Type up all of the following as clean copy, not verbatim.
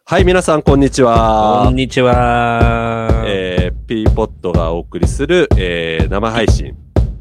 はい、皆さん、こんにちは。 こんにちは。 ピーポットがお送りする、生配信。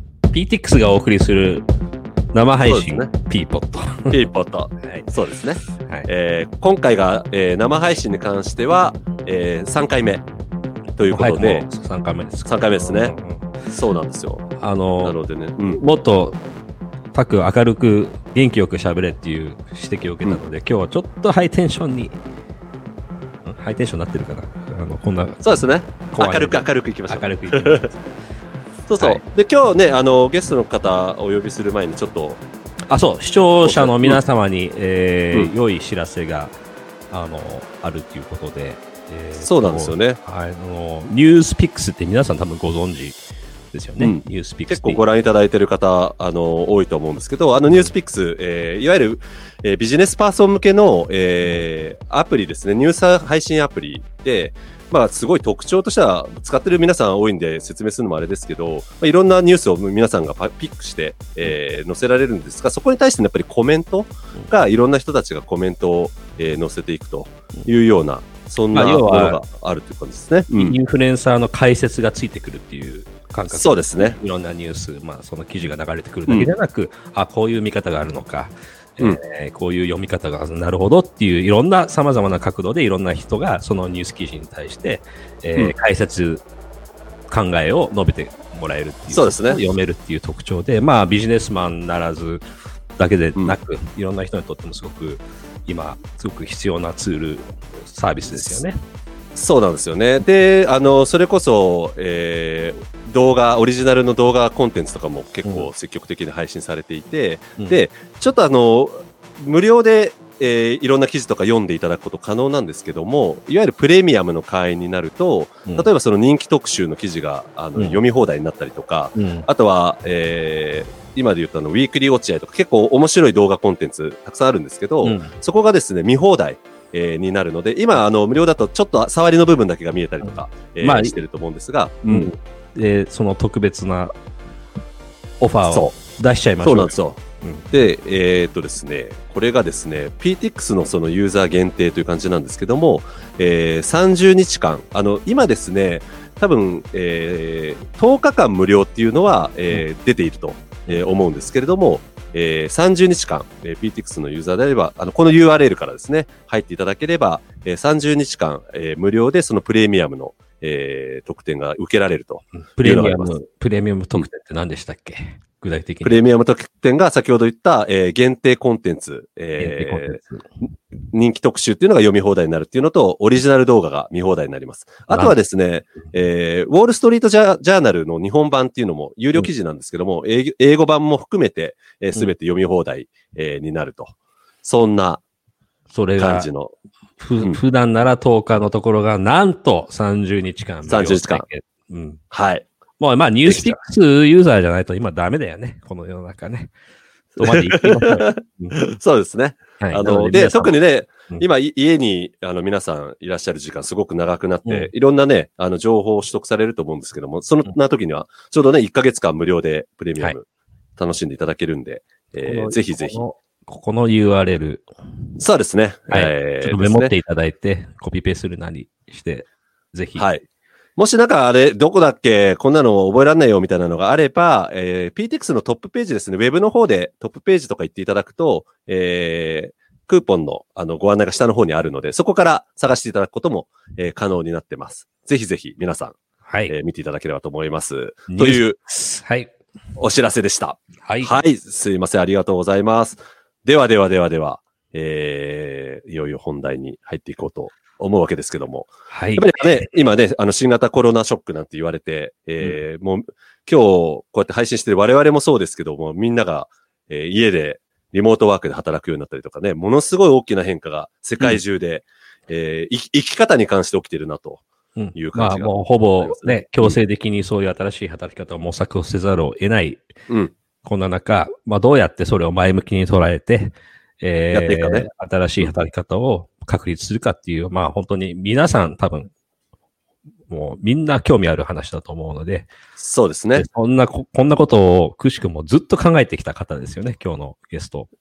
PTX がお送りする生配信、 ね、 ピーポット。 ピーポット。はい、そうですね。はい今回が、生配信に関しては、3回目ということで。 3回目です。 3回目ですね。そうなんですよ。なのでね、 もっと、明るく元気よく喋れっていう指摘を受けたので、今日はちょっとハイテンションになってるかな。こんな。 そうですね。明るくいきましょう。 明るくいきましょう。 そうそう。はい、で、今日ね、ゲストの方お呼びする前にちょっと。 視聴者の皆様に、良い知らせが、あるということで。 そうなんですよね。 ニュースピックスって皆さん多分ご存知ですよね。ニュースピックス。 結構ご覧いただいている方、多いと思うんですけど、ニュースピックス、いわゆる、ビジネスパーソン向けの、アプリですね。ニュース配信アプリで、まあ、すごい特徴としては、使ってる皆さん多いんで説明するのもあれですけど、いろんなニュースを皆さんがピックして、載せられるんですが、そこに対してのやっぱりコメントが、いろんな人たちがコメントを、載せていくというような、そんなものがあるという感じですね。 インフルエンサーの解説がついてくるっていう感覚。 そうですね。 いろんなニュース、その記事が流れてくるだけでなく、こういう見方があるのか。こういう読み方がなるほどっていういろんな様々な角度でいろんな人がそのニュース記事に対して、解説考えを述べてもらえるっていう、 そうですね、 読めるっていう特徴で、ビジネスマンならずだけでなく、いろんな人にとってもすごく必要なツールサービスですよね。 そうなんですよね。で、それこそ、オリジナルの動画コンテンツとかも結構積極的に配信されていて、で、ちょっと無料で、いろんな記事とか読んでいただくこと可能なんですけども、いわゆるプレミアムの会員になると、例えばその人気特集の記事が読み放題になったりとか、あとは、今で言ったウィークリー落合とか結構面白い動画コンテンツたくさんあるんですけど、そこがですね、見放題。になるので、今無料だとちょっと触りの部分だけが見えたりとか、してると思うんですが、 でその特別なオファーを出しちゃいましょう。 そうなんですよ。で、ですね、これがですね、PTX のそのユーザー限定という感じなんですけども、30日間、今ですね、多分、10日間無料っていうのは、出ていると、思うんですけれども、30日間、PTX のユーザーであれば、この URL からですね、入っていただければ、30日間、無料でそのプレミアムの、特典が受けられると。 プレミアム特典って何でしたっけ？具体的に。 プレミアム特典が先ほど言った、限定コンテンツ、人気特集っていうのが読み放題になるっていうのと、オリジナル動画が見放題になります。あとはですね、ウォールストリートジャーナルの日本版っていうのも有料記事なんですけども、英語版も含めて、すべて読み放題、になると。そんな感じの。 普段なら10日のところが、なんと30日間。 30日間。はい。 もうニュースピックスユーザーじゃないと今ダメだよね。この世の中ね。とまで言ってます。そうですね。で、特にね、今家に皆さんいらっしゃる時間すごく長くなって、いろんなね、情報を取得されると思うんですけども、そんな時にはちょうどね、1ヶ月間無料でプレミアム楽しんでいただけるんで、ぜひぜひ。 ここの URL。 そうですね。 ちょっとメモっていただいて、コピペするなりして、ぜひ。 はい。もしなんかどこだっけこんなの覚えられないよみたいなのがあれば、PTX のトップページですね。ウェブの方でトップページとか行っていただくと、クーポンのご案内が下の方にあるので、そこから探していただくことも、可能になってます。ぜひぜひ皆さん、見ていただければと思います。という、お知らせでした。はい。すいません。ありがとうございます。では、いよいよ本題に入っていこうと思うわけですけども。やっぱりね、今ね、新型コロナショックなんて言われて、もう今日こうやって配信してる我々もそうですけども、みんなが、家でリモートワークで働くようになったりとかね、ものすごい大きな変化が世界中で、生き方に関して起きてるなという感じが、 もうほぼね、強制的にそういう新しい働き方を模索をせざるを得ない、こんな中、どうやってそれを前向きに捉えて、やっていくかね、新しい働き方を確立するかっていう、本当に皆さん多分、もうみんな興味ある話だと思うので。 そうですね。 こんなことをくしくもずっと考えてきた方ですよね、今日のゲスト。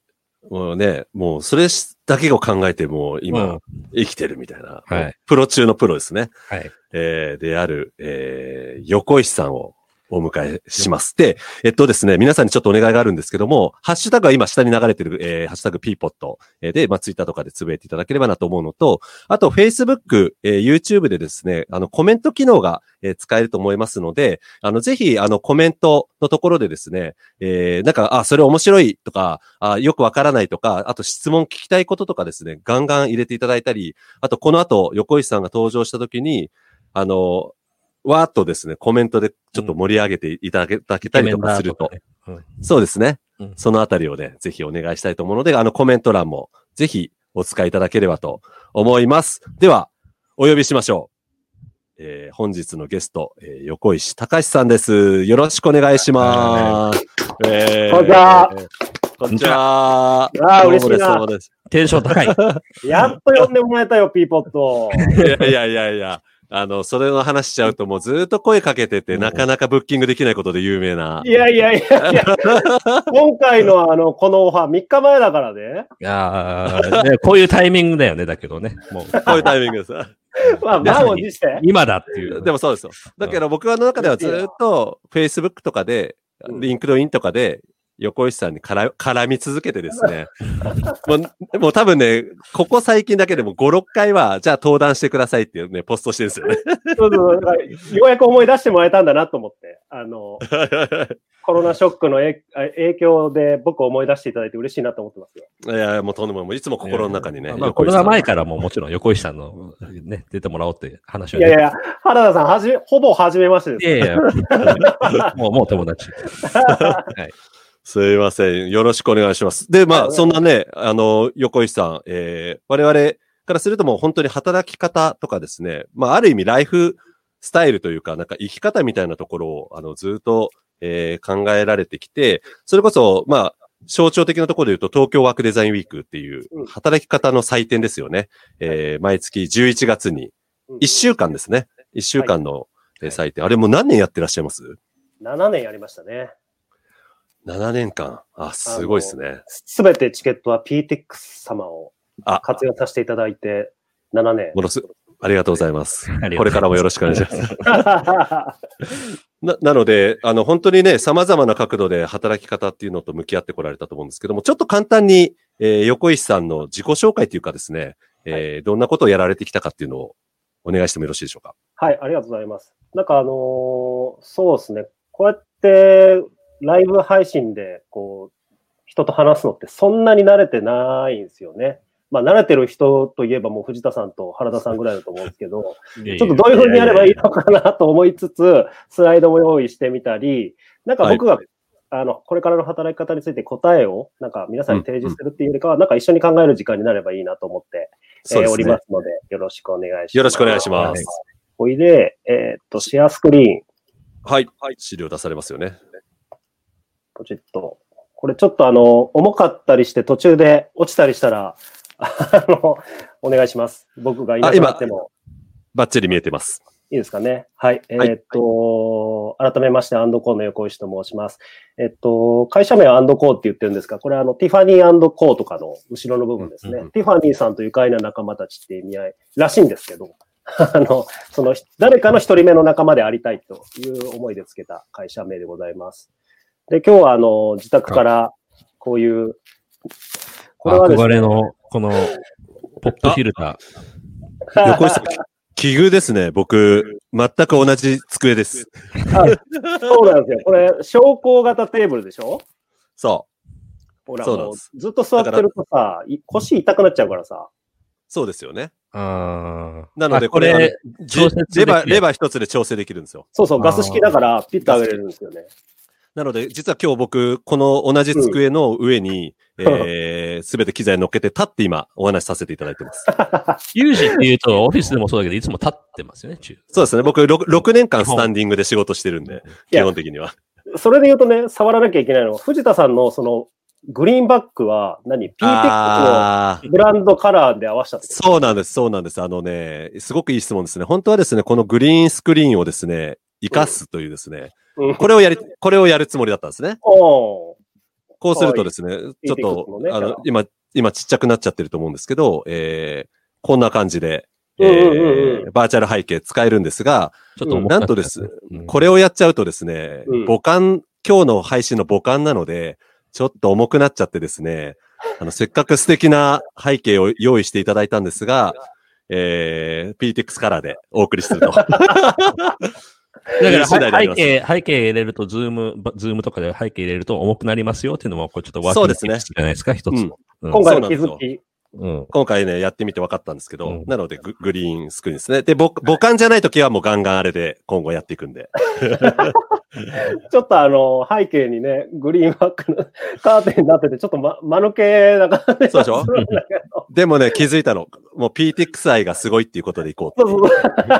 もうね、もうそれだけを考えてもう今、生きてるみたいな、 はい。 プロ中のプロですね。 はい。 である、横石さんをお迎えします。で、ですね、皆さんにちょっとお願いがあるんですけども、ハッシュタグは今下に流れてる、ハッシュタグ Ppot で、ツイッターとかでつぶやいていただければなと思うのと、あと Facebook、YouTube でですね、コメント機能が、使えると思いますので、ぜひ、コメントのところでですね、なんか、それ面白いとか、よくわからないとか、あと質問聞きたいこととかですね、ガンガン入れていただいたり、あとこの後、横石さんが登場した時に、わーっとですね、コメントでちょっと盛り上げていただけたりとかすると。そうですね。そのあたりをね、ぜひお願いしたいと思うので、コメント欄もぜひお使いいただければと思います。では、お呼びしましょう。本日のゲスト、横石隆さんです。よろしくお願いします。 こんにちは。 こんにちは。 嬉しいな。 テンション高い。やっと呼んでもらえたよ、ピーポット。 いや。それの話しちゃうともうずっと声かけてて、なかなかブッキングできないことで有名な。 いや。今回のこのオファー3日前だからね。 こういうタイミングだよね、だけどね。 もうこういうタイミングです。 満を持して。 今だっていう。 でもそうですよ。だけど僕の中ではずっと Facebook とかで、リンクドインとかで、横石さんに絡み続けてですね。もう多分ね、ここ最近だけでも5、6回は、じゃあ登壇してくださいっていうね、ポストしてるんですよね。 そう。ようやく思い出してもらえたんだなと思って。コロナショックの影響で僕を思い出していただいて嬉しいなと思ってますよ。 いや、もうとんでもない。いつも心の中にね。 コロナ前からももちろん横石さんのね、出てもらおうって話を、 ね。いや、原田さん、ほぼ初めましてです。 いやもう友達。はい。 すいません。よろしくお願いします。で、そんなね、横石さん、我々からするともう本当に働き方とかですね、ある意味ライフスタイルというか、なんか生き方みたいなところを、ずっと、考えられてきて、それこそ、象徴的なところで言うと、東京ワークデザインウィークっていう、働き方の祭典ですよね。毎月11月に、1週間ですね。1週間の祭典。あれもう何年やってらっしゃいます？ 7 年やりましたね。 7年間。すごいですね。 すべてチケットは PTX 様を活用させていただいて、7年。 ありがとうございます。これからもよろしくお願いします。なので、本当にね、様々な角度で働き方っていうのと向き合ってこられたと思うんですけども、ちょっと簡単に、横石さんの自己紹介というかですね、どんなことをやられてきたかっていうのをお願いしてもよろしいでしょうか。 はい、ありがとうございます。なんかそうですね、こうやって、ライブ配信で、人と話すのってそんなに慣れてないんですよね。慣れてる人といえばもう藤田さんと原田さんぐらいだと思うんですけど、ちょっとどういう風にやればいいのかなと思いつつ、スライドも用意してみたり、なんか僕が、これからの働き方について答えを、なんか皆さんに提示するっていうよりかは、なんか一緒に考える時間になればいいなと思って、おりますので、よろしくお願いします。 よろしくお願いします。 ほいで、シェアスクリーン。 はい。資料出されますよね。 ポチッと。これちょっと重かったりして途中で落ちたりしたら、お願いします。僕がいなくなっても。 バッチリ見えてます。 いいですかね。はい。改めまして、アンドコーの横石と申します。会社名はアンドコーって言ってるんですが、これティファニー&コーとかの後ろの部分ですね。ティファニーさんと愉快な仲間たちって意味合いらしいんですけど、誰かの一人目の仲間でありたいという思いでつけた会社名でございます。で、今日は自宅からこういう、 これはですね、憧れのこのポップフィルター。横石さん、奇遇ですね。僕、全く同じ机です。 そうなんですよ。これ、昇降型テーブルでしょ？ そう。 ほら、もうずっと座ってるとさ、腰痛くなっちゃうからさ。 そうですよね。 なので、これ、レバー一つで調整できるんですよ。 そうそう、ガス式だから、ピッと上げれるんですよね。 なので、実は今日僕、この同じ机の上に、すべて機材乗っけて立って今、お話しさせていただいてます。 有事って言うと、オフィスでもそうだけど、いつも立ってますよね、 そうですね。僕6年間スタンディングで仕事してるんで、基本的には。 それで言うとね、触らなきゃいけないのは、藤田さんのグリーンバックはPTX のブランドカラーで合わせたってこと？ そうなんです、そうなんです。すごくいい質問ですね。本当はですね、このグリーンスクリーンをですね、活かすというですね、これをやるつもりだったんですね。 こうするとですね、ちょっと、今ちっちゃくなっちゃってると思うんですけど、こんな感じで、バーチャル背景使えるんですが、ちょっとなんとです、これをやっちゃうとですね、今日の配信の母艦なので、ちょっと重くなっちゃってですね、せっかく素敵な背景を用意していただいたんですが、PTX カラーでお送りすると。だから背景入れると、ズームとかで背景入れると重くなりますよっていうのも、これちょっとワーキングじゃないですか、一つ。 今回の気づき。 今回ね、やってみて分かったんですけど、なのでグリーンスクリーンですね。で、母艦じゃないときはもうガンガンあれで今後やっていくんで。 ちょっと背景にね、グリーンバックのカーテンになってて、ちょっと間抜けな感じ。 そうでしょでもね、気づいたの。もう PTX 愛がすごいっていうことでいこうっていう。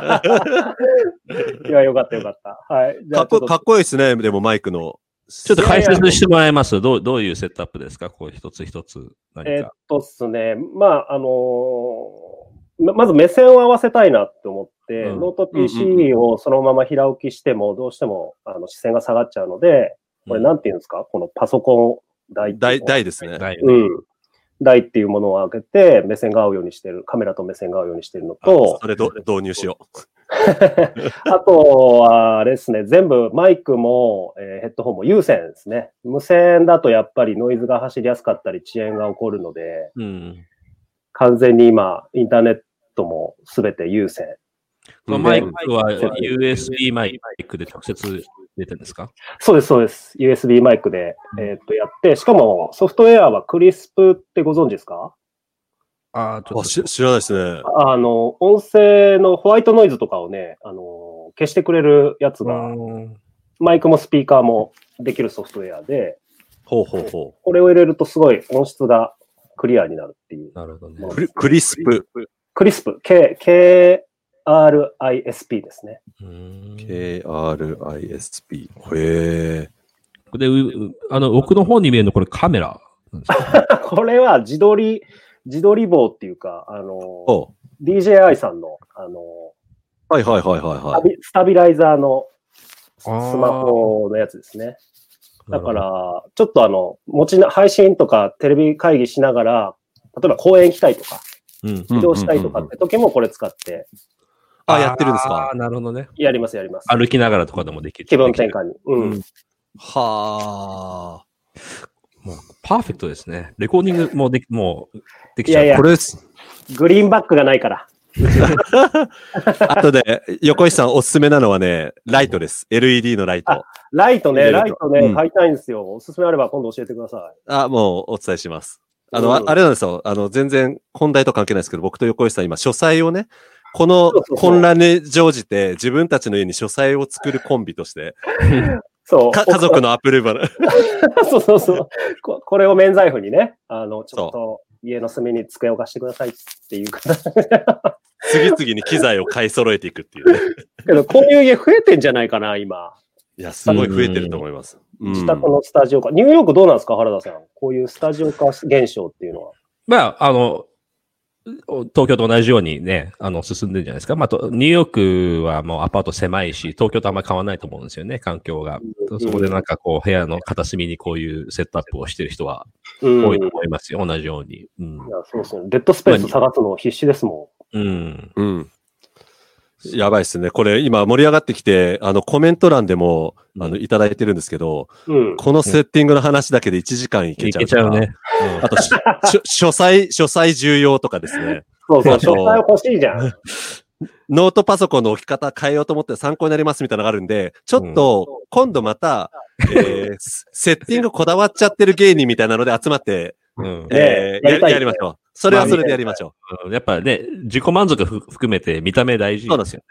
いや、よかったよかった。はい。 かっこいいですね、でもマイクの。 ちょっと解説してもらえます？どういうセットアップですか？こう一つ一つ何か。 ですね。まあ、まず目線を合わせたいなって思って、ノート PC をそのまま平置きしても、どうしても視線が下がっちゃうので、これなんていうんですか？このパソコン台ですね。 台っていうものを開けて、目線が合うようにしてる、カメラと目線が合うようにしてるのと、 それ導入しよう。 あとは、あれですね、全部マイクも、ヘッドホンも有線ですね。無線だとやっぱりノイズが走りやすかったり遅延が起こるので、完全に今、インターネットもすべて有線。 マイクは USB マイクで直接出てるんですか？ そうです、そうです。USB マイクで、やって、しかもソフトウェアはクリスプってご存知ですか？ ちょっと知らないですね。 音声のホワイトノイズとかをね、消してくれるやつが、マイクもスピーカーもできるソフトウェアで、これを入れるとすごい音質がクリアになるっていう。 なるほどね。 クリスプ。 KRISP ですね。 KRISP。へえ。で、奥の方に見えるのこれカメラなんですか？ これは自撮り棒っていうか、DJI さんの、スタビライザーのスマホのやつですね。だから、ちょっと配信とかテレビ会議しながら、例えば公園行きたいとか、移動したいとかって時もこれ使って。 やってるんですか？ なるほどね。 やります。 歩きながらとかでもできる。 気分転換に。 はあ。 もう、パーフェクトですね。レコーディングもできちゃう。 これです。 グリーンバックがないから。 あとで、横石さんおすすめなのはね、ライトです。LED のライト。 ライトね、買いたいんですよ。おすすめあれば今度教えてください。 もうお伝えします。あれなんですよ。全然本題と関係ないですけど、僕と横石さん今書斎をね、この混乱に乗じて自分たちの家に書斎を作るコンビとして、家族のアプローバー。 そう。これを免罪符にね、ちょっと家の隅に机を貸してくださいっていう方。 次々に機材を買い揃えていくっていうね。 けど、こういう家増えてんじゃないかな、今。 いや、すごい増えてると思います。 自宅のスタジオ化。ニューヨークどうなんですか、原田さん。こういうスタジオ化現象っていうのは。 まあ、東京と同じようにね、進んでるんじゃないですか。まあ、ニューヨークはもうアパート狭いし、東京とあんまり変わらないと思うんですよね、環境が。そこでなんかこう、部屋の片隅にこういうセットアップをしてる人は多いと思いますよ、同じように。いや、そうそう。デッドスペース探すの必死ですもん。やばいですね。これ今盛り上がってきて、コメント欄でも、いただいてるんですけど、このセッティングの話だけで1時間いけちゃう。 いけちゃうね。 あと、書斎重要とかですね。 そう、書斎欲しいじゃん。 ノートパソコンの置き方変えようと思って参考になりますみたいなのがあるんで、ちょっと、今度また、セッティングこだわっちゃってる芸人みたいなので集まって、やりましょう。それはそれでやりましょう。やっぱね、自己満足含めて見た目大事。 そうなんですよ。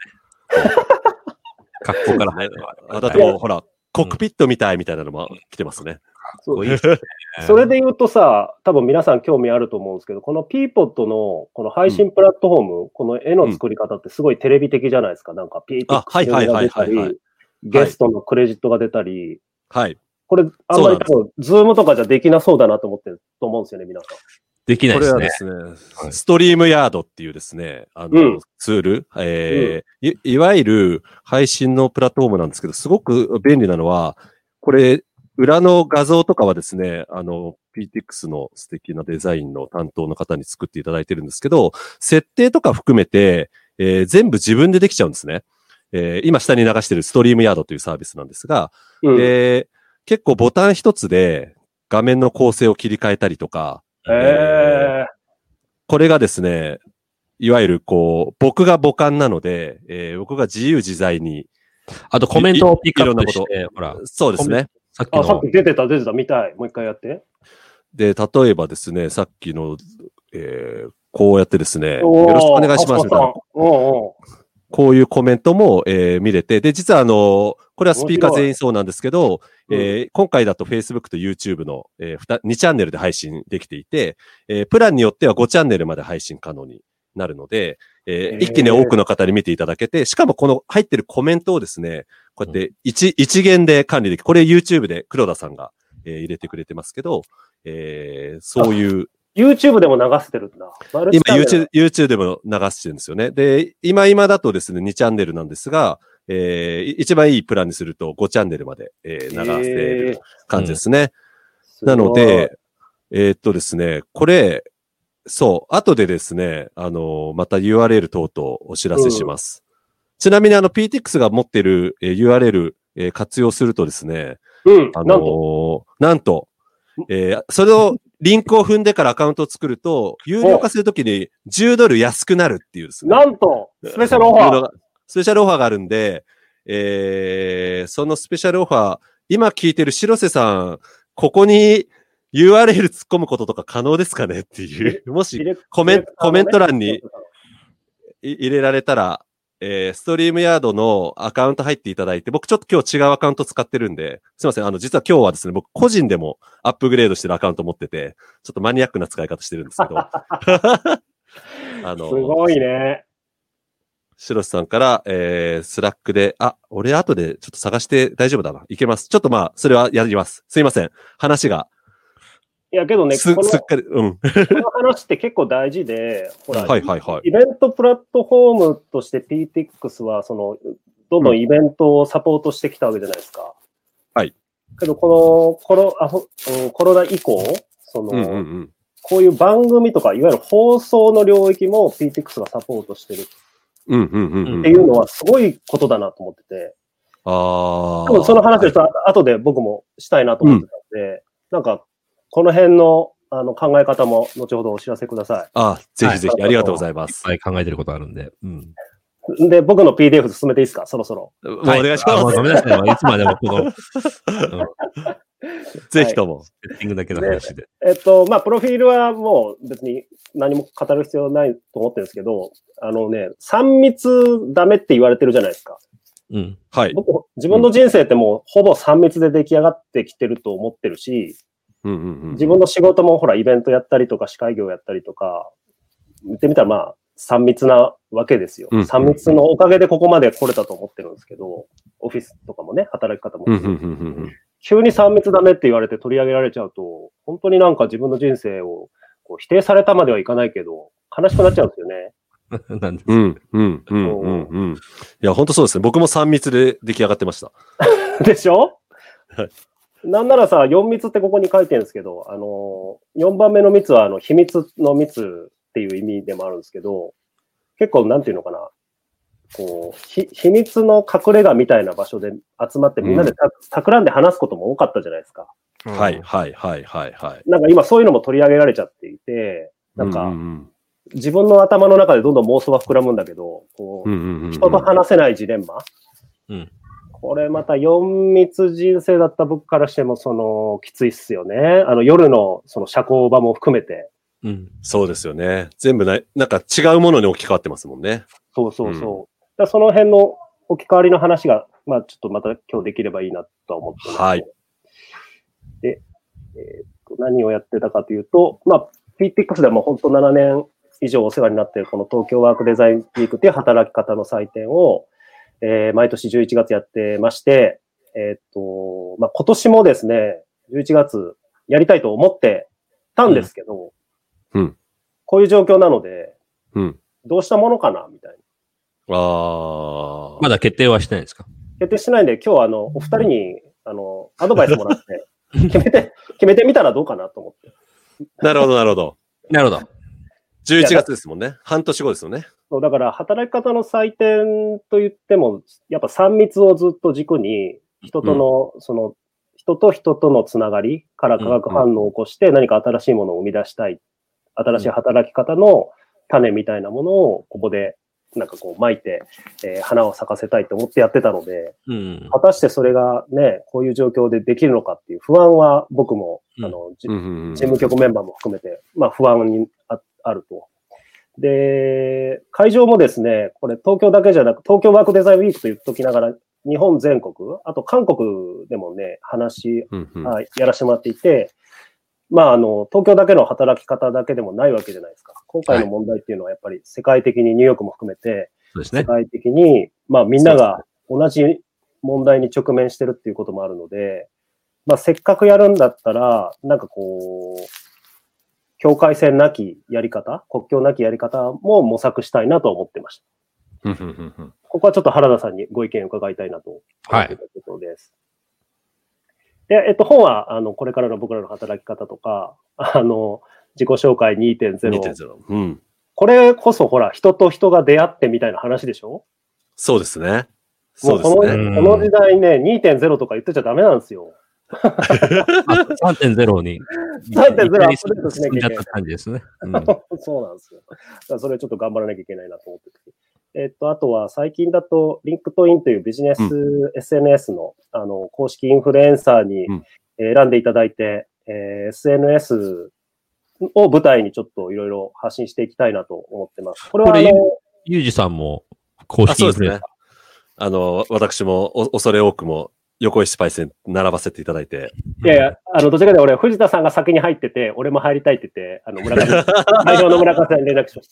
格好から入るのは。 だってもう、ほら、コックピットみたいみたいなのも来てますね。 それで言うとさ、多分皆さん興味あると思うんですけど、この Peapod のこの配信プラットフォーム、この絵の作り方ってすごいテレビ的じゃないですか。なんか PTX が出たり、ゲストのクレジットが出たり。これ、あんまり多分、ズームとかじゃできなそうだなと思ってると思うんですよね、皆さん。 できないですね。 これはですね、ストリームヤードっていうですね、ツール、いわゆる配信のプラットフォームなんですけど、すごく便利なのは、これ、 裏の画像とかはですね、PTX の素敵なデザインの担当の方に作っていただいてるんですけど、設定とか含めて、全部自分でできちゃうんですね。今下に流してるストリームヤードというサービスなんですが、結構ボタン一つで画面の構成を切り替えたりとか、これがですね、いわゆる僕が母艦なので、僕が自由自在に。 あとコメントをピックアップして、 ほら。そうですね。 さっき出てた、見たい。もう一回やって。 で、例えばですね、さっきの、こうやってですね、よろしくお願いしますみたいな。こういうコメントも、見れて、で、実はこれはスピーカー全員そうなんですけど、今回だと Facebook と YouTube の、2チャンネルで配信できていて、プランによっては5チャンネルまで配信可能になるので、一気に多くの方に見ていただけて、しかもこの入ってるコメントをですね、こうやって一元で管理できる。これ YouTube で黒田さんが、入れてくれてますけど、そういう。 YouTube でも流せてるんだ。 今 YouTube でも流してるんですよね。で、今だとですね、2チャンネルなんですが、一番いいプランにすると5チャンネルまで、流せる感じですね。なので、ですね、これ、そう、後でですね、また URL 等々お知らせします。ちなみにPTX が持っている URL、活用するとですね、なんと、それをリンクを踏んでからアカウントを作ると、有料化するときに10ドル安くなるっていうですね。 なんと、スペシャルオファー。 スペシャルオファーがあるんで、そのスペシャルオファー、今聞いてる白瀬さん、ここに URL 突っ込むこととか可能ですかねっていう。もしコメント欄に入れられたら、ストリームヤードのアカウント入っていただいて、僕ちょっと今日違うアカウント使ってるんで、すいません。実は今日はですね、僕個人でもアップグレードしてるアカウント持ってて、ちょっとマニアックな使い方してるんですけど。 すごいね。 白瀬さんから、スラックで、俺後でちょっと探して大丈夫だな。いけます。ちょっとそれはやります。すいません。話が。 いや、けどね、 すっかり、この話って結構大事で、ほら、 イベントプラットフォームとして PTX は、どんどんイベントをサポートしてきたわけじゃないですか。 はい。 けど、コロナ以降、こういう番組とか、いわゆる放送の領域も PTX がサポートしてる。っていうのはすごいことだなと思ってて。多分その話を後で僕もしたいなと思ってたんで、なんか、この辺の考え方も後ほどお知らせください。ぜひぜひありがとうございます。 いっぱい考えてることあるんで。 で、僕の PDF 進めていいですか、そろそろ。 お願いします。 ごめんなさい。いつまでもぜひとも。 セッティングだけの話で。 プロフィールはもう別に何も語る必要ないと思ってるんですけど、3密ダメって言われてるじゃないですか。 はい。 僕、自分の人生ってもうほぼ3密で出来上がってきてると思ってるし、自分の仕事もほらイベントやったりとか司会業やったりとか、見てみたら3密なわけですよ。3密のおかげでここまで来れたと思ってるんですけど、オフィスとかもね、働き方も。急に3密ダメって言われて取り上げられちゃうと、本当になんか自分の人生を否定されたまではいかないけど、悲しくなっちゃうんですよね。 なんですいや、本当そうですね。僕も3密で出来上がってました。 でしょなんならさ、4密ってここに書いてるんですけど、4番目の密は秘密の密っていう意味でもあるんですけど、結構なんていうのかな、秘密の隠れ家みたいな場所で集まってみんなで企んで話すことも多かったじゃないですか。 はい。 なんか今そういうのも取り上げられちゃっていて、なんか、自分の頭の中でどんどん妄想が膨らむんだけど、人と話せないジレンマ。これまた4密人生だった僕からしてもきついっすよね。夜の社交場も含めて。 そうですよね。全部なんか違うものに置き換わってますもんね。 そう。だその辺の置き換わりの話が、ちょっとまた今日できればいいなとは思ってます。 はい。 で、何をやってたかというと、PTX でも本当7年以上お世話になっているこの東京ワークデザインウィークという働き方の祭典を、毎年11月やってまして、今年もですね、11月やりたいと思ってたんですけど、こういう状況なので、どうしたものかなみたいな。 まだ決定はしてないですか？ 決定してないんで、今日お二人に、アドバイスもらって、 決めてみたらどうかなと思って。 なるほど、なるほど。 なるほど。 11月ですもんね。半年後ですよね。 そう、だから働き方の採点と言っても、やっぱ3密をずっと軸に、人との、人と人とのつながりから化学反応を起こして何か新しいものを生み出したい。新しい働き方の種みたいなものをここでなんかこう撒いて、花を咲かせたいと思ってやってたので、果たしてそれがね、こういう状況でできるのかっていう不安は僕も、事務局メンバーも含めて、まあ不安にあると。で、会場もですね、これ東京だけじゃなく、東京ワークデザインウィークと言っときながら、日本全国、あと韓国でもね、やらせてもらっていて、まあ東京だけの働き方だけでもないわけじゃないですか。今回の問題っていうのはやっぱり世界的にニューヨークも含めて、世界的に、まあみんなが同じ問題に直面してるっていうこともあるので、まあせっかくやるんだったら、なんかこう、境界線なきやり方、国境なきやり方も模索したいなと思ってました。ここはちょっと原田さんにご意見を伺いたいなと思っていたところです。で、本は、これからの僕らの働き方とか、自己紹介 2.0。これこそ、ほら、人と人が出会ってみたいな話でしょ？ そうですね。 そうですね。この時代ね、2.0 とか言ってちゃダメなんですよ。 3.0 に。 3.0 アップデートしなきゃいけない。 感じですね。 そうなんですよ。だからそれちょっと頑張らなきゃいけないなと思ってて。あとは最近だと、リンクトインというビジネス SNS の、公式インフルエンサーに選んでいただいて、SNS を舞台にちょっといろいろ発信していきたいなと思ってます。これはゆうじさんも公式インフルエンサー。 そうですね。私も恐れ多くも横石スパイスに並ばせていただいて。 いやいや、どちらかで俺、藤田さんが先に入ってて、俺も入りたいって言って、村上、代表の村上さんに連絡しました。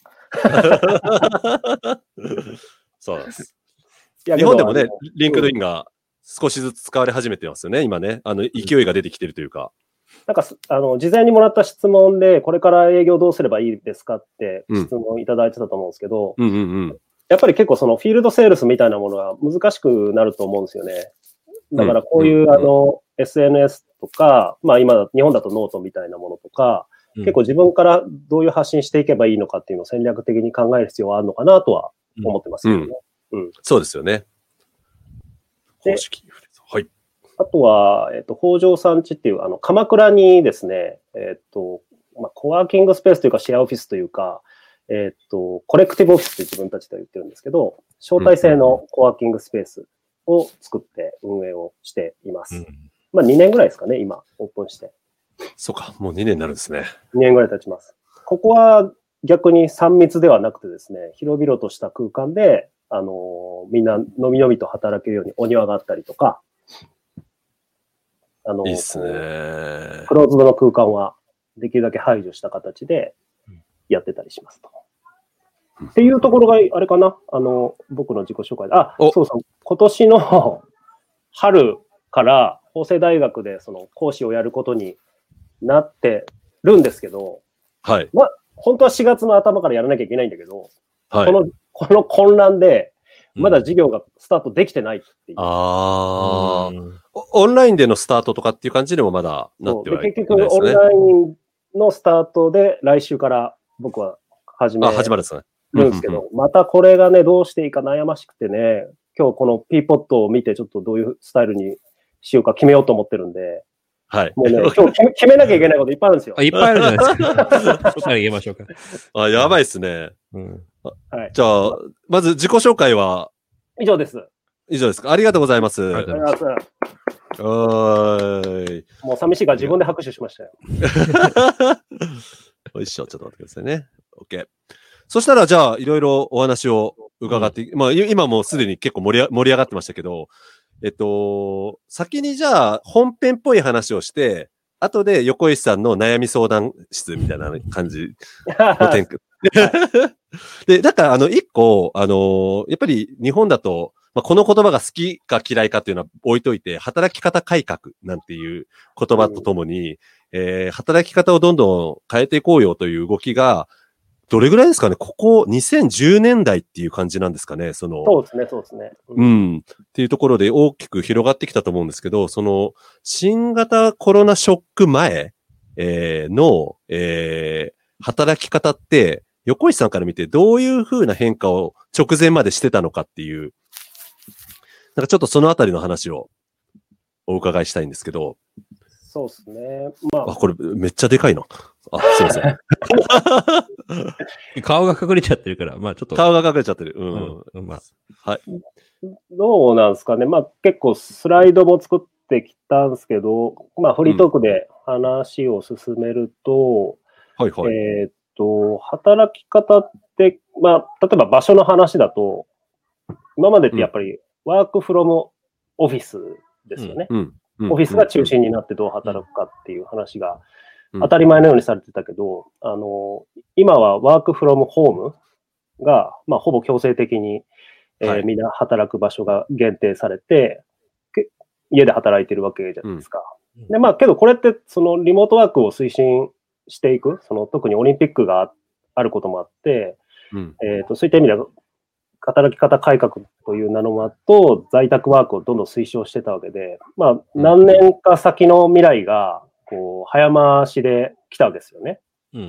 そうなんです。日本でもね、リンクドインが少しずつ使われ始めてますよね、今ね。勢いが出てきてるというか。 なんか、事前にもらった質問で、これから営業どうすればいいですかって質問いただいてたと思うんですけど、やっぱり結構そのフィールドセールスみたいなものが難しくなると思うんですよね。だからこういうSNS とか、まあ今日本だとノートみたいなものとか、結構自分からどういう発信していけばいいのかっていうのを戦略的に考える必要はあるのかなとは思ってますけどね。 そうですよね。公式インフルエンサー。はい。 あとは、北条さん家っていう、鎌倉にですね、まあ、コワーキングスペースというかシェアオフィスというか、コレクティブオフィスって自分たちで言ってるんですけど、招待制のコワーキングスペースを作って運営をしています。まあ2年ぐらいですかね、今、オープンして。 そうか、もう2年になるんですね。 2年ぐらい経ちます。ここは逆に3密ではなくてですね、広々とした空間で、みんなのみのみと働けるようにお庭があったりとか、 いいっすね。 クローズドの空間はできるだけ排除した形でやってたりしますと。っていうところがあれかな、僕の自己紹介で。そうそう。今年の春から法政大学でその講師をやることになってるんですけど、 はい。 まあ、本当は4月の頭からやらなきゃいけないんだけど、 はい、 この混乱で、まだ授業がスタートできてないっていう。 オンラインでのスタートとかっていう感じでもまだなってはいないですね。 結局、オンラインのスタートで来週から僕は始まるんですけど、またこれがね、どうしていいか悩ましくてね、今日この P-POT を見てちょっとどういうスタイルにしようか決めようと思ってるんで、 はい。 もうね、今日決めなきゃいけないこといっぱいあるんですよ。 いっぱいあるじゃないですか。そこから言いましょうか。 やばいっすね。 はい、 じゃあ、まず自己紹介は以上です。 以上ですか。ありがとうございます。 ありがとうございます。 はい。 もう寂しいから自分で拍手しましたよ。 よいしょ、ちょっと待ってくださいね。OK。そしたら、じゃあ、いろいろお話を伺って、まあ、今もうすでに結構盛り上がってましたけど、先にじゃあ、本編っぽい話をして、後で横石さんの悩み相談室みたいな感じの展開。で、だから、一個、やっぱり日本だと、まあ、この言葉が好きか嫌いかっていうのは置いといて、働き方改革なんていう言葉とともに、働き方をどんどん変えていこうよという動きが、 どれぐらいですかね、ここ2010年代っていう感じなんですかね、 そうですね、そうですね。 っていうところで大きく広がってきたと思うんですけど、新型コロナショック前、の、働き方って、横石さんから見てどういう風な変化を直前までしてたのかっていう、なんかちょっとそのあたりの話をお伺いしたいんですけど。 そうですね。 これめっちゃでかいな。すいません。 顔が隠れちゃってるから、ちょっと。 顔が隠れちゃってる。はい。 どうなんですかね。結構スライドも作ってきたんですけど、フリートークで話を進めると、 はいはい。 働き方って、例えば場所の話だと、今までってやっぱりワークフロムオフィスですよね。オフィスが中心になってどう働くかっていう話が当たり前のようにされてたけど、今はワークフロムホームが、ほぼ強制的に、みんな働く場所が限定されて、家で働いてるわけじゃないですか。で、けどこれって、リモートワークを推進していく、特にオリンピックがあることもあって、そういった意味では、働き方改革という名のもと、在宅ワークをどんどん推奨してたわけで、何年か先の未来が、早回しで来たわけですよね。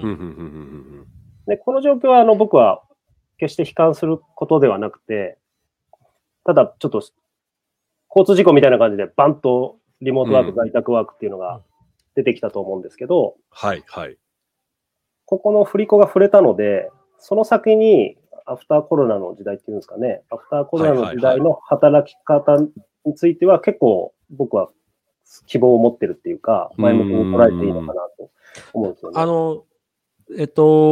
で、この状況は、僕は決して悲観することではなくて、ただ、ちょっと、交通事故みたいな感じで、バンとリモートワーク、在宅ワークっていうのが出てきたと思うんですけど、 はいはい。ここの振り子が触れたので、その先に、アフターコロナの時代っていうんですかね。アフターコロナの時代の働き方については結構僕は希望を持ってるっていうか、前向きに捉えていいのかなと思うんですよね。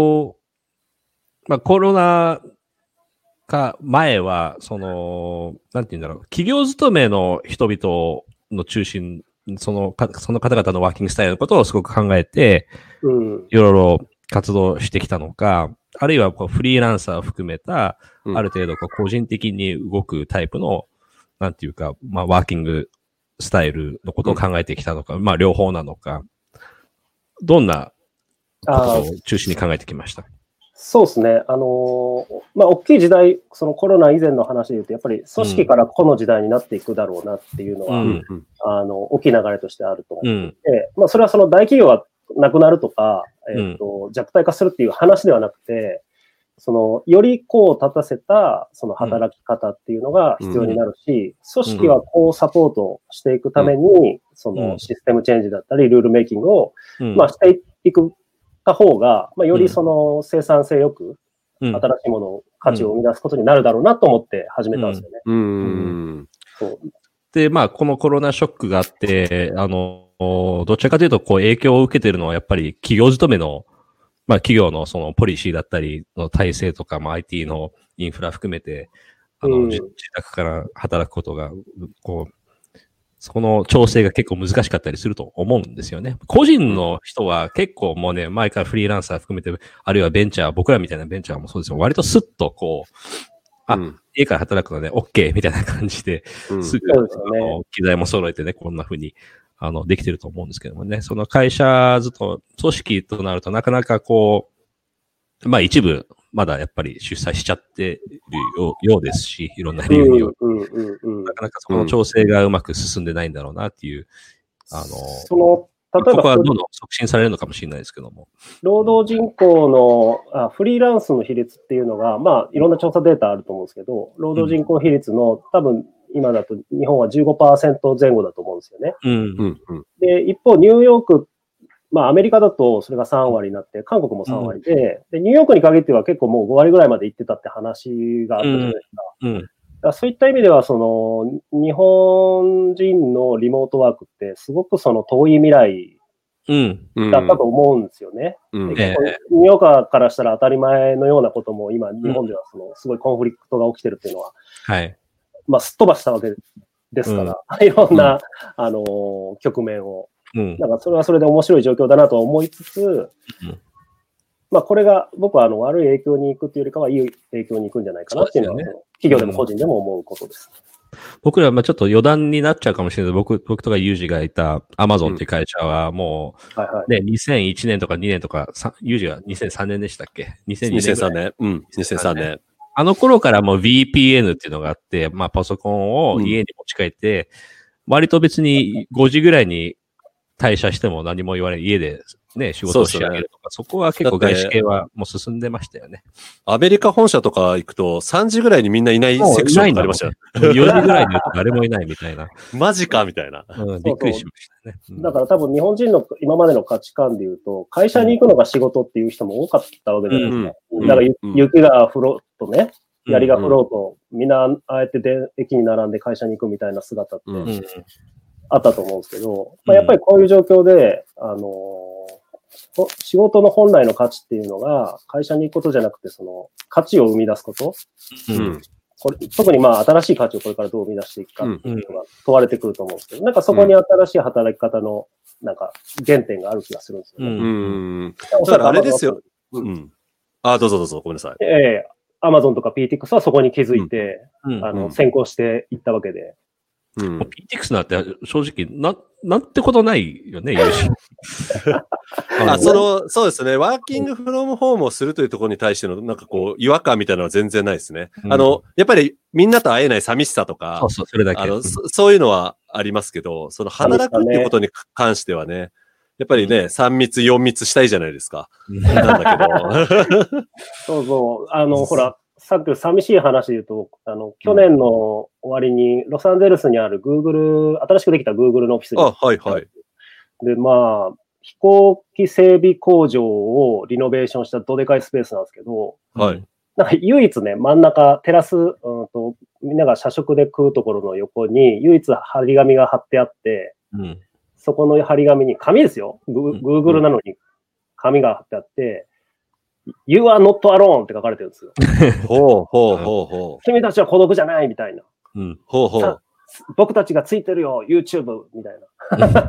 コロナ禍前は、なんて言うんだろう、企業勤めの人々の中心、その方々のワーキングスタイルのことをすごく考えて、いろいろ活動してきたのか、あるいはフリーランサーを含めた、ある程度個人的に動くタイプの、なんていうか、ワーキングスタイルのことを考えてきたのか、両方なのか、どんなことを中心に考えてきました？ そうですね。大きい時代、そのコロナ以前の話で言うと、やっぱり組織から個の時代になっていくだろうなっていうのは、大きい流れとしてあると思っていて、それはその大企業がなくなるとか、弱体化するっていう話ではなくて、よりこう立たせた、働き方っていうのが必要になるし、組織はこうサポートしていくために、システムチェンジだったり、ルールメイキングを、していくた方が、より生産性よく、新しいものを、価値を生み出すことになるだろうなと思って始めたんですよね。 で、このコロナショックがあって、どちらかというと、影響を受けているのは、やっぱり企業勤めの、企業のポリシーだったりの体制とか、IT のインフラ含めて、自宅から働くことが、そこの調整が結構難しかったりすると思うんですよね。個人の人は結構もうね、前からフリーランサー含めて、あるいはベンチャー、僕らみたいなベンチャーもそうですよ。割とスッと家から働くので OK みたいな感じで、すぐ、機材も揃えてね、こんな風に、できてると思うんですけどもね。その会社ずっと、組織となるとなかなか一部、まだやっぱり出産しちゃってるようですし、いろんな理由による。なかなかそこの調整がうまく進んでないんだろうなっていう、例えば、ここはどんどん促進されるのかもしれないですけども。 労働人口のフリーランスの比率っていうのが、いろんな調査データあると思うんですけど、労働人口比率の多分、今だと日本は 15% 前後だと思うんですよね。で、一方、ニューヨーク、アメリカだとそれが3割になって、韓国も3割で、ニューヨークに限っては結構もう5割ぐらいまで行ってたって話があったじゃないですか。そういった意味では、日本人のリモートワークってすごく遠い未来だったと思うんですよね。ニューヨーカーからしたら当たり前のようなことも今、日本ではすごいコンフリクトが起きてるっていうのは、すっ飛ばしたわけですから、いろんな、局面を。だからそれはそれで面白い状況だなとは思いつつ、これが僕は悪い影響に行くっていうよりかはいい影響に行くんじゃないかなっていうのは、企業でも個人でも思うことです。 僕らはちょっと余談になっちゃうかもしれないけど、僕とかユージがいたアマゾンっていう会社はもう、ね、2001年とか2年とか、ユージは2003年でしたっけ ?2002 年。 2003年。うん、2003年。 あの頃からもう VPN っていうのがあって、まあパソコンを家に持ち帰って、割と別に5時ぐらいに退社しても何も言われない家でね、仕事を仕上げるとか、そこは結構外資系はもう進んでましたよね。 アメリカ本社とか行くと3時ぐらいにみんないないセクションがありましたよ。 4時ぐらいに誰もいないみたいな。 マジかみたいな。 びっくりしましたね。 だから多分日本人の今までの価値観で言うと、会社に行くのが仕事っていう人も多かったわけじゃないですか。だから雪が降ろうとね、槍が降ろうと、みんなあえて駅に並んで会社に行くみたいな姿ってあったと思うんですけど、やっぱりこういう状況で、仕事の本来の価値っていうのが、会社に行くことじゃなくて、その価値を生み出すこと。これ特に新しい価値をこれからどう生み出していくかっていうのが問われてくると思うんですけど、なんかそこに新しい働き方の、なんか原点がある気がするんですよね。 だからあれですよ。どうぞどうぞ、ごめんなさい。 アマゾンとか PTX はそこに気づいて、先行していったわけで。 PTX なんて正直、なんてことないよね、ユージ。 そうですね。ワーキングフロムホームをするというところに対しての、なんかこう、違和感みたいなのは全然ないですね。やっぱりみんなと会えない寂しさとか、 それだけ。 そういうのはありますけど、その働くっていうことに関してはね、やっぱりね、3密、4密したいじゃないですか。なんだけど。 そうそう。ほら、さっき寂しい話で言うと、去年の終わりに、ロサンゼルスにある新しくできた Google のオフィスに。 はいはい。 で、飛行機整備工場をリノベーションしたどでかいスペースなんですけど、 はい。 なんか唯一ね、真ん中、テラス、みんなが社食で食うところの横に、唯一張り紙が貼ってあって、そこの張り紙に、紙ですよ。Google なのに紙が貼ってあって、You are not alone って書かれてるんですよ。君たちは孤独じゃないみたいな。僕たちがついてるよ、YouTube みたいな。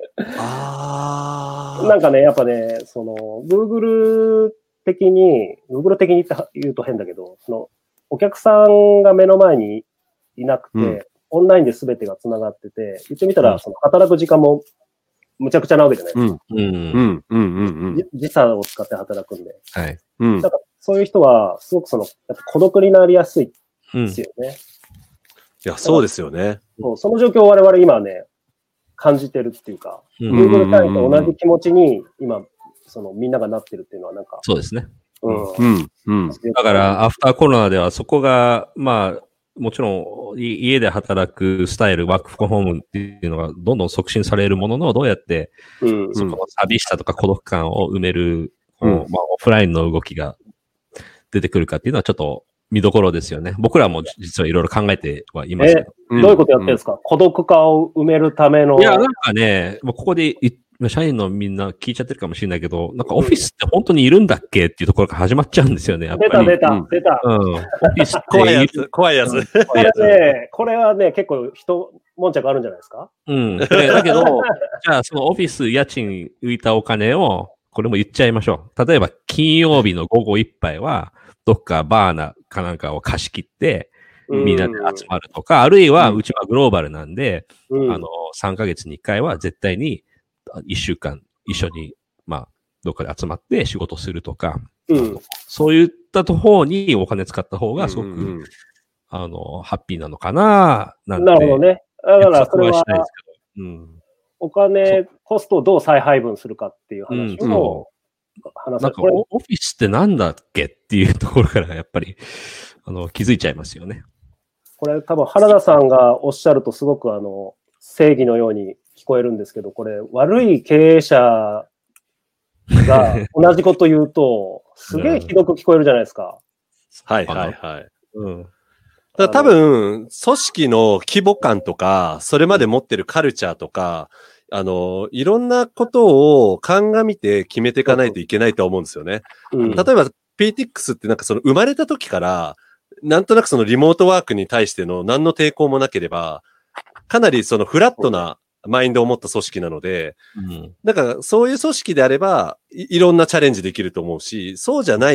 なんかね、やっぱね、Google 的にって言うと変だけど、お客さんが目の前にいなくて、オンラインで全てが繋がってて、言ってみたら、働く時間もむちゃくちゃなわけじゃないですか。時差を使って働くんで。 はい。 だからそういう人は、すごくやっぱ孤独になりやすいですよね。 いや、そうですよね。 その状況を我々今ね、感じてるっていうか、Google 社員と同じ気持ちに今、みんながなってるっていうのはなんか。 そうですね。だから、アフターコロナではそこが、もちろん、家で働くスタイル、ワークフロムホームっていうのがどんどん促進されるものの、どうやって、そこの寂しさとか孤独感を埋める、オフラインの動きが出てくるかっていうのはちょっと見どころですよね。僕らも実はいろいろ考えてはいますけど。 どういうことやってるんですか？孤独化を埋めるための。 いや、なんかね、ここで社員のみんな聞いちゃってるかもしれないけど、なんかオフィスって本当にいるんだっけっていうところから始まっちゃうんですよね、やっぱり。 出た。 オフィスって怖いやつ。 これはね、結構悶着あるんじゃないですか？ だけど、じゃあそのオフィス家賃浮いたお金を、これも言っちゃいましょう。例えば金曜日の午後一杯は、どっかバーナかなんかを貸し切って、みんなで集まるとか、あるいはうちはグローバルなんで、3ヶ月に1回は絶対に1週間一緒に、どっかで集まって仕事するとか、そういった方にお金使った方がすごく、ハッピーなのかな、なんて。 なるほどね。だからそれは、お金、コストをどう再配分するかっていう話を話す。 なんかオフィスってなんだっけっていうところからやっぱり、気づいちゃいますよね。 これ多分原田さんがおっしゃるとすごく正義のように聞こえるんですけど、これ悪い経営者が同じこと言うと、すげえひどく聞こえるじゃないですか。 はいはいはい。だ多分、組織の規模感とか、それまで持ってるカルチャーとか、いろんなことを鑑みて決めていかないといけないと思うんですよね。例えば、PTX ってなんか生まれた時から、なんとなくリモートワークに対しての何の抵抗もなければ、かなりフラットなマインドを持った組織なので、なんかそういう組織であればいろんなチャレンジできると思うし、そうじゃない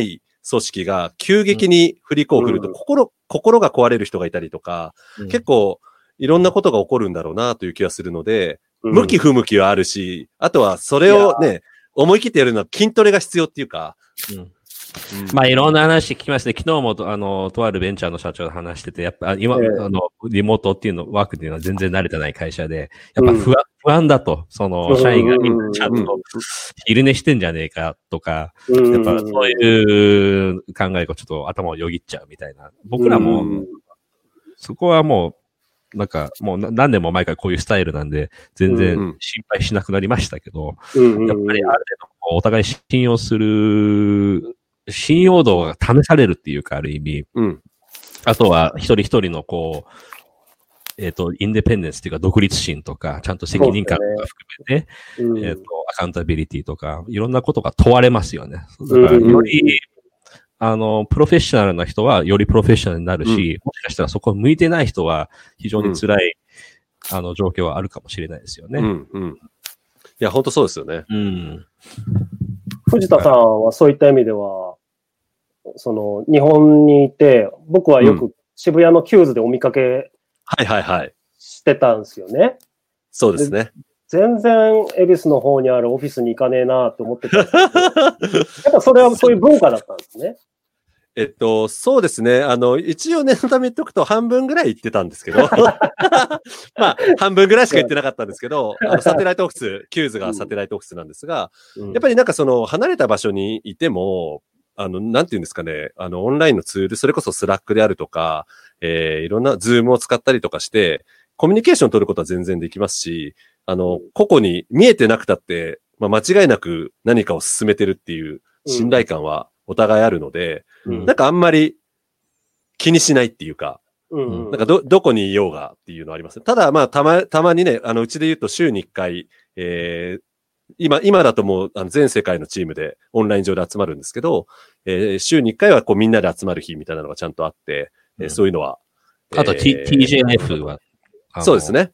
組織が急激に不利を振ると、心が壊れる人がいたりとか、結構いろんなことが起こるんだろうなという気がするので、向き不向きはあるし、あとはそれをね、思い切ってやるのは筋トレが必要っていうか、 まあ、いろんな話聞きまして、昨日もとあるベンチャーの社長が話してて、やっぱ今、リモートっていうの、ワークっていうのは全然慣れてない会社で、やっぱ不安だと、社員がみんなちゃんと昼寝してんじゃねえかとか、やっぱそういう考えがちょっと頭をよぎっちゃうみたいな。僕らも、そこはもう、なんか、もう何年も前からこういうスタイルなんで、全然心配しなくなりましたけど、やっぱりある程度お互い信用する、信用度が試されるっていうか、ある意味。あとは、一人一人のインデペンデンスっていうか、独立心とか、ちゃんと責任感とか含めて、アカウンタビリティとか、いろんなことが問われますよね。だから、より、プロフェッショナルな人はよりプロフェッショナルになるし、もしかしたらそこ向いてない人は非常に辛い、状況はあるかもしれないですよね。 いや、本当そうですよね。 藤田さんはそういった意味では、日本にいて、僕はよく渋谷のキューズでお見かけしてたんですよね。 そうですね。 全然、恵比寿の方にあるオフィスに行かねえなと思ってたんですけど、やっぱそれはそういう文化だったんですね。 そうですね。一応念のため言っとくと半分ぐらい行ってたんですけど、まあ、半分ぐらいしか行ってなかったんですけど、サテライトオフィス、キューズがサテライトオフィスなんですが、やっぱりなんか離れた場所にいても、なんていうんですかね、オンラインのツール、それこそスラックであるとか、いろんなズームを使ったりとかして、コミュニケーションを取ることは全然できますし、個々に見えてなくたって、まあ、間違いなく何かを進めてるっていう信頼感はお互いあるので、なんかあんまり気にしないっていうか、なんかどこにいようがっていうのはあります。ただ、まあ、たまにね、うちで言うと週に1回、今だともう、全世界のチームでオンライン上で集まるんですけど、週に1回はこうみんなで集まる日みたいなのがちゃんとあって、そういうのは。 あと、TJF は。 そうですね。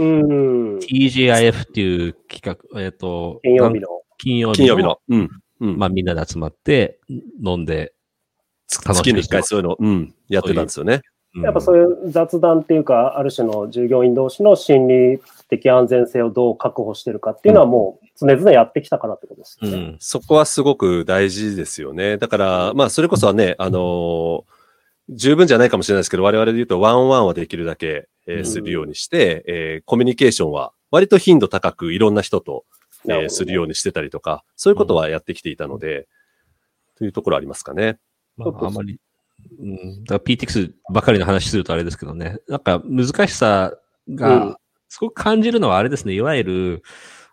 TGIF っていう企画、金曜日の。まあみんなで集まって飲んで楽しみに月に1回そういうの、やってたんですよね。 やっぱそういう雑談っていうか、ある種の従業員同士の心理的安全性をどう確保してるかっていうのはもう常々やってきたかなってことですね。 そこはすごく大事ですよね。だから、まあそれこそはね、十分じゃないかもしれないですけど、我々で言うとワンオンワンはできるだけ、するようにして、コミュニケーションは割と頻度高くいろんな人と、するようにしてたりとか、そういうことはやってきていたので、というところありますかね。 まあ、あまり、だから PTX ばかりの話するとあれですけどね、なんか難しさが、すごく感じるのはあれですね、いわゆる、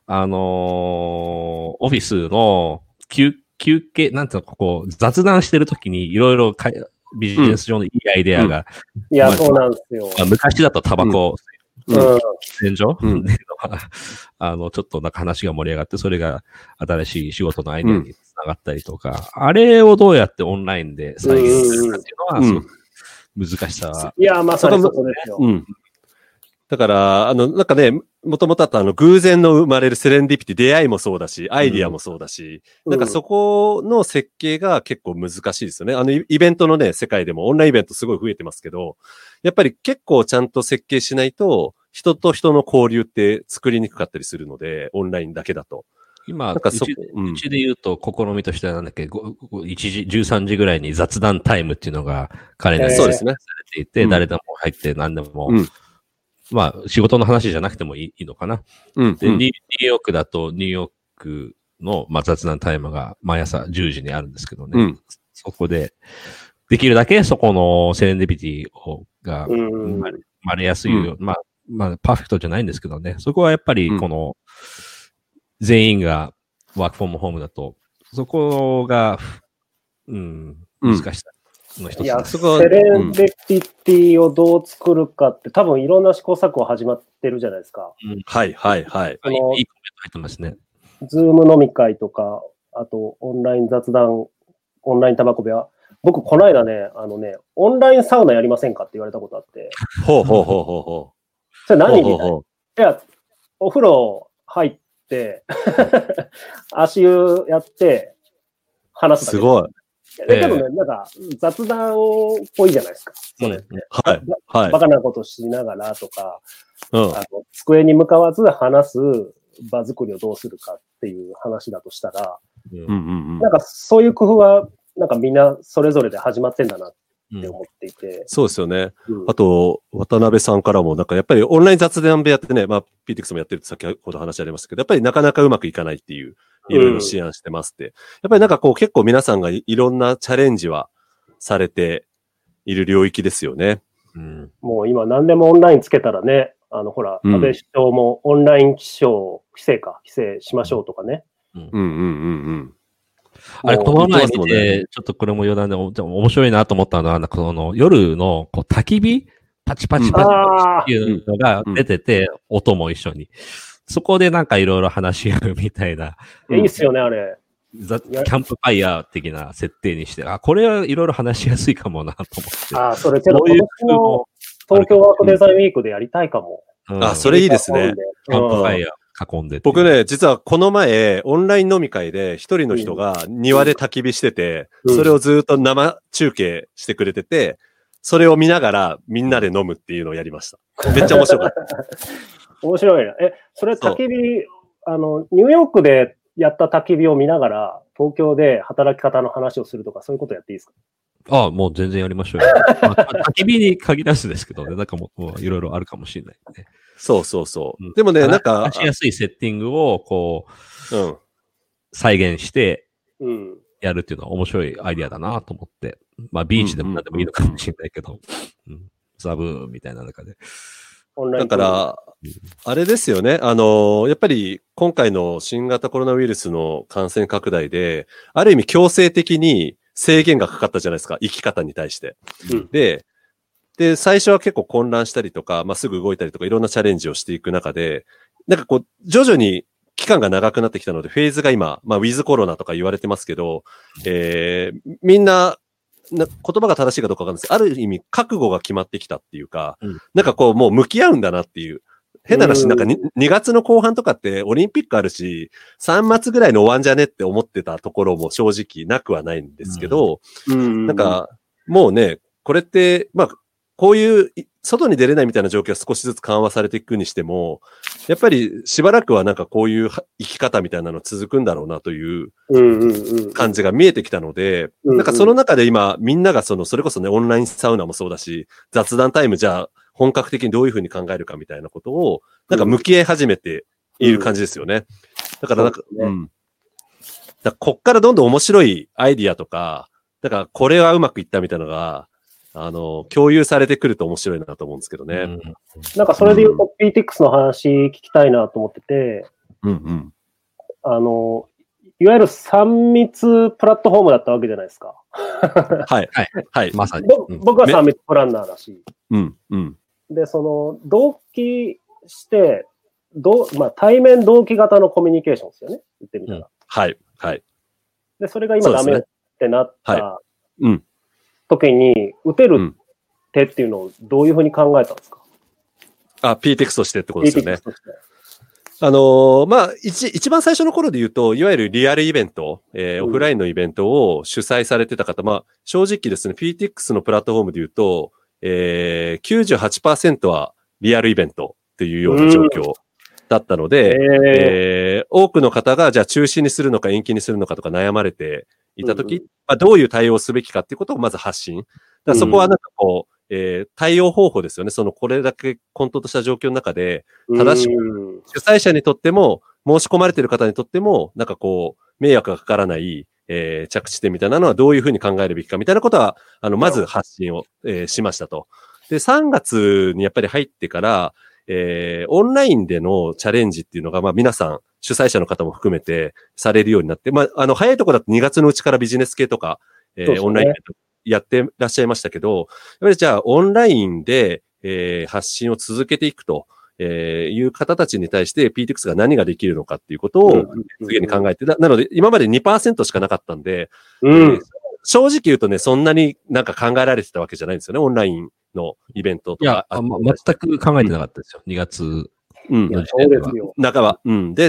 オフィスの休憩、なんていうの、雑談してるときにいろいろビジネス上のいいアイデアが。 いや、そうなんですよ。 昔だとタバコ、喫煙所、ちょっとなんか話が盛り上がって、それが新しい仕事のアイデアにつながったりとか、あれをどうやってオンラインで再現するかっていうのは、すごく難しさは。 いや、まさにそこですよ。 だから、なんかね、もともとあった偶然の生まれるセレンディピティ、出会いもそうだし、アイディアもそうだし、なんかそこの設計が結構難しいですよね。イベントのね、世界でもオンラインイベントすごい増えてますけど、やっぱり結構ちゃんと設計しないと、人と人の交流って作りにくかったりするので、オンラインだけだと。 今、うちで言うと、試みとしてはなんだっけ、1時、13時ぐらいに雑談タイムっていうのがカレンダーにされていて、誰でも入って何でも、まあ、仕事の話じゃなくてもいいのかな。で、ニューヨークだと、ニューヨークの、まあ、雑談タイムが毎朝10時にあるんですけどね。そこで、できるだけそこのセレンディピティが生まれやすいよう、まあ、パーフェクトじゃないんですけどね。そこはやっぱり、全員がワークフォームホームだと、そこが、難しさ。 いや、セレンディピティをどう作るかって多分いろんな試行錯誤始まってるじゃないですか。 はい。 いいコメント入ってますね。 ズーム飲み会とか、あとオンライン雑談、オンラインタバコ部屋。僕、この間ね、オンラインサウナやりませんかって言われたことあって。 ほう。 それ何みたいな。いや、お風呂入って、足湯やって、話すだけ。 すごい。 けどね、なんか雑談っぽいじゃないですか。それって。 はい。はい。 バカなことしながらとか、 うん、 机に向かわず話す場作りをどうするかっていう話だとしたら、なんかそういう工夫は、なんかみんなそれぞれで始まってんだなって思っていて。 そうですよね。あと、渡辺さんからも、なんかやっぱりオンライン雑談部やってね、まあ、PTX もやってるって先ほど話ありましたけど、やっぱりなかなかうまくいかないっていう、いろいろ思案してますって。やっぱりなんかこう結構皆さんがいろんなチャレンジはされている領域ですよね。 もう今何でもオンラインつけたらね、ほら、安倍首相もオンライン規制しましょうとかね。 あれ、この前見て、ちょっとこれも余談で面白いなと思ったのは、この夜のこう焚き火パチパチパチっていうのが出てて、音も一緒に。そこでなんかいろいろ話し合うみたいな。 いいっすよね、あれ。 キャンプファイヤー的な設定にして、これはいろいろ話しやすいかもなと思って。 それけど、今年の東京ワークデザインウィークでやりたいかも。 それいいですね。 キャンプファイヤー。囲んで僕ね、実はこの前、オンライン飲み会で一人の人が庭で焚き火してて、それをずっと生中継してくれてて、それを見ながらみんなで飲むっていうのをやりました。めっちゃ面白かった。 面白いな。それ焚き火、ニューヨークでやった焚き火を見ながら、東京で働き方の話をするとか、そういうことやっていいですか？ もう全然やりましょうよ。焚き火に限らずですけどね、なんかもういろいろあるかもしれないね。 そうそうそう。でもね、なんか。 話しやすいセッティングを、こう、再現して、やるっていうのは面白いアイディアだなと思って。まあ、ビーチでも何でもいいのかもしれないけど、ザブーンみたいな中で。 だから、あれですよね。やっぱり今回の新型コロナウイルスの感染拡大で、ある意味強制的に制限がかかったじゃないですか。生き方に対して。で、最初は結構混乱したりとか、まあ、すぐ動いたりとか、いろんなチャレンジをしていく中で、なんかこう、徐々に期間が長くなってきたので、フェーズが今、まあ、ウィズコロナとか言われてますけど、みんな、言葉が正しいかどうかわかんないですけど、ある意味、覚悟が決まってきたっていうか、なんかこう、もう向き合うんだなっていう。変な話、なんか 2月の後半とかってオリンピックあるし、3月ぐらいの終わんじゃねって思ってたところも正直なくはないんですけど、なんか、もうね、これって、まあ、こういう外に出れないみたいな状況が少しずつ緩和されていくにしても、やっぱりしばらくはなんかこういう生き方みたいなの続くんだろうなという感じが見えてきたので、なんかその中で今みんながそれこそね、オンラインサウナもそうだし、雑談タイムじゃあ本格的にどういうふうに考えるかみたいなことを、なんか向き合い始めている感じですよね。だからなんか、だからこっからどんどん面白いアイディアとか、だからこれはうまくいったみたいなのが、共有されてくると面白いなと思うんですけどね。 なんかそれで言うと PTX の話聞きたいなと思ってて、いわゆる3密プラットフォームだったわけじゃないですか。 はい、はい、 まさに。僕は3密プランナーだし。で、同期して、まあ、対面同期型のコミュニケーションですよね。言ってみたら。 はい、はい。 で、それが今ダメってなった時に、打てる手っていうのをどういうふうに考えたんですか？ PTX としてってことですよね。まあ、一番最初の頃で言うと、いわゆるリアルイベント、オフラインのイベントを主催されてた方、まあ、正直ですね、PTX のプラットフォームで言うと、98% はリアルイベントっていうような状況だったので、多くの方がじゃあ中止にするのか延期にするのかとか悩まれていたとき、まあ、どういう対応をすべきかっていうことをまず発信。だからそこはなんかこう、対応方法ですよね。これだけ混沌とした状況の中で、正しく、主催者にとっても、申し込まれている方にとっても、なんかこう、迷惑がかからない、着地点みたいなのはどういうふうに考えるべきかみたいなことは、まず発信を、しましたと。で、3月にやっぱり入ってから、オンラインでのチャレンジっていうのが、まあ皆さん、主催者の方も含めてされるようになって、まあ、早いところだと2月のうちからビジネス系とか、オンラインでやってらっしゃいましたけど、やっぱりじゃあオンラインで、発信を続けていくと、いう方たちに対して PTX が何ができるのかっていうことを次に考えて、なので今まで 2% しかなかったんで、正直言うとね、そんなになんか考えられてたわけじゃないんですよね、オンラインのイベントとか。 全く考えてなかったですよ、2月の時点では。半ば。で、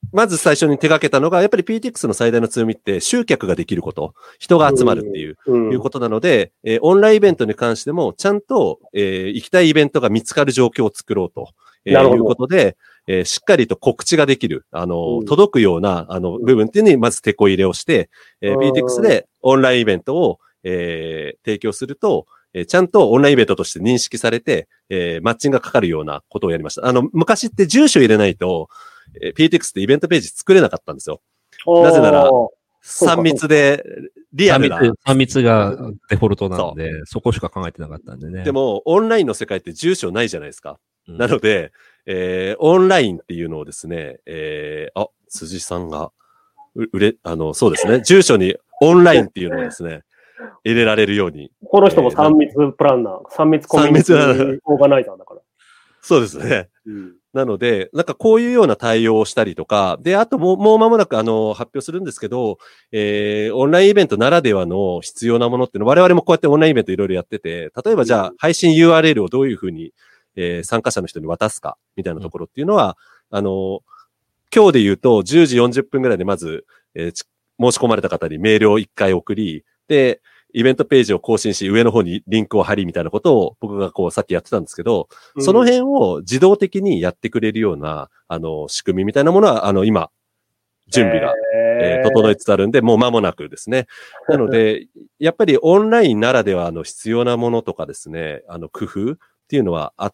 まず最初に手掛けたのが、やっぱり PTX の最大の強みって集客ができること、人が集まるっていう、いうことなので、オンラインイベントに関しても、ちゃんと、行きたいイベントが見つかる状況を作ろうと、いうことで、しっかりと告知ができる、届くような、部分っていうのにまず手こ入れをして、PTX でオンラインイベントを、提供すると、ちゃんとオンラインイベントとして認識されて、マッチングがかかるようなことをやりました。昔って住所入れないと、PTX ってイベントページ作れなかったんですよ。なぜなら、3密で、リアルな。 3密がデフォルトなんで、そこしか考えてなかったんでね。 でも、オンラインの世界って住所ないじゃないですか。なので、オンラインっていうのをですね、辻さんが、そうですね、住所にオンラインっていうのをですね、入れられるように。 この人も3密プランナー、3密コミュニティオーガナイザーだから。 そうですね。なので、なんかこういうような対応をしたりとか、で、あともう間もなく発表するんですけど、オンラインイベントならではの必要なものっていうのは、我々もこうやってオンラインイベントいろいろやってて、例えばじゃあ配信 URL をどういうふうに、参加者の人に渡すか、みたいなところっていうのは、今日で言うと10時40分ぐらいでまず、申し込まれた方にメールを1回送り、で、イベントページを更新し、上の方にリンクを貼りみたいなことを僕がこうさっきやってたんですけど、その辺を自動的にやってくれるような、仕組みみたいなものは、今、準備が、整えつつあるんで、もう間もなくですね。なので、やっぱりオンラインならではの必要なものとかですね、工夫っていうのはあって、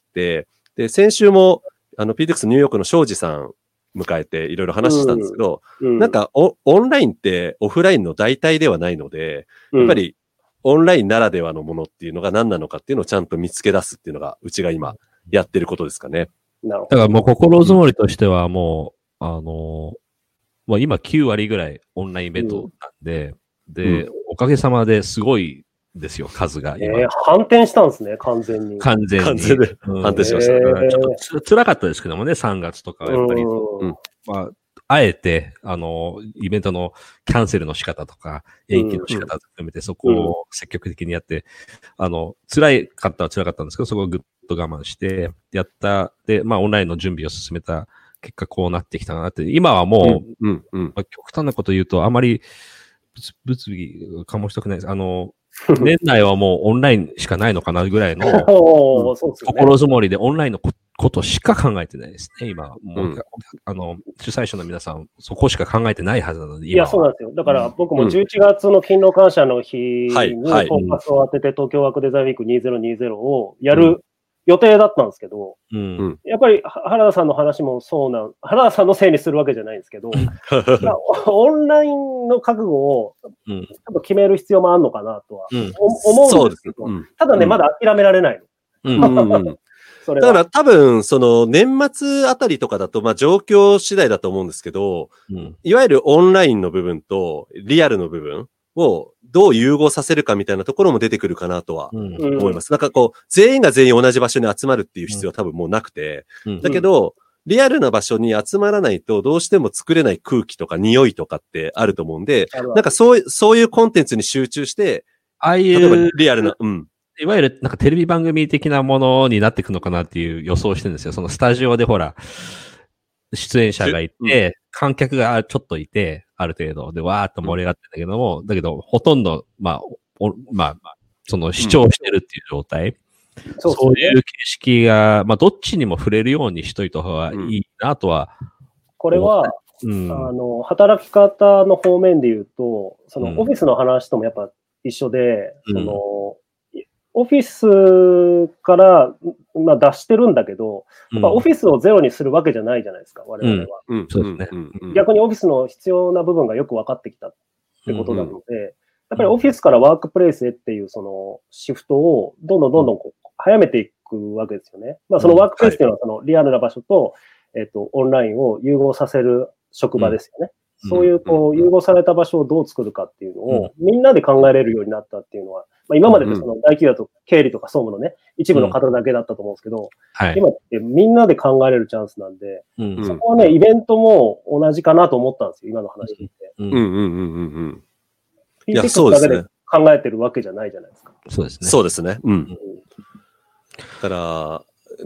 で、先週も、PTX ニューヨークの庄司さん迎えていろいろ話したんですけど、なんかオンラインってオフラインの代替ではないので、やっぱり、オンラインならではのものっていうのが何なのかっていうのをちゃんと見つけ出すっていうのが、うちが今やってることですかね。 なるほど。 だからもう心づもりとしてはもう、まあ今9割ぐらいオンラインイベントなんで、で、おかげさまですごいですよ、数が今。 反転したんですね、完全に。 完全に。 反転しました。 ちょっと辛かったですけどもね、3月とかやっぱり。まああえて、イベントのキャンセルの仕方とか、延期の仕方を含めて、そこを積極的にやって、辛かったは辛かったんですけど、そこをぐっと我慢して、やった。で、まあ、オンラインの準備を進めた結果、こうなってきたなって。今はもう、まあ、極端なこと言うと、あまり、物議醸したくないです。年内はもうオンラインしかないのかなぐらいの、心づもりでオンラインのことしか考えてないですね、今。もう、主催者の皆さん、そこしか考えてないはずなので、 いや、そうなんですよ。だから僕も11月の勤労感謝の日にフォーカスを当てて東京ワークデザインウィーク2020をやる予定だったんですけど、やっぱり原田さんの話も原田さんのせいにするわけじゃないんですけど、オンラインの覚悟を決める必要もあるのかなとは思うんですけど、ただね、まだ諦められないの。 だから多分、その年末あたりとかだと、まあ状況次第だと思うんですけど、いわゆるオンラインの部分とリアルの部分をどう融合させるかみたいなところも出てくるかなとは思います。なんかこう、全員が全員同じ場所に集まるっていう必要は多分もうなくて、だけど、リアルな場所に集まらないとどうしても作れない空気とか匂いとかってあると思うんで、なんかそういうコンテンツに集中して、例えばリアルな、 いわゆるなんかテレビ番組的なものになっていくのかなっていう予想をしてるんですよ。そのスタジオでほら、出演者がいて、観客がちょっといて、ある程度でわーっと盛り上がってんだけども、だけどほとんど、まあ、その視聴してるっていう状態。そういう形式が、まあどっちにも触れるようにしといた方がいいなとは。 これは、働き方の方面で言うと、そのオフィスの話ともやっぱ一緒で、オフィスから、まあ、出してるんだけど、やっぱオフィスをゼロにするわけじゃないじゃないですか、我々は。 そうですね。 逆にオフィスの必要な部分がよく分かってきたってことなので、やっぱりオフィスからワークプレイスへっていうそのシフトをどんどん早めていくわけですよね。まあそのワークプレイスっていうのはそのリアルな場所と、オンラインを融合させる職場ですよね。そういう融合された場所をどう作るかっていうのをみんなで考えれるようになったっていうのは、まあ、今までってその大企業だと経理とか総務のね、一部の方だけだったと思うんですけど、今ってみんなで考えれるチャンスなんで、そこはね、イベントも同じかなと思ったんですよ、今の話聞いて。PTX だけで考えてるわけじゃないじゃないですか。 そうですね。 そうですね。だから、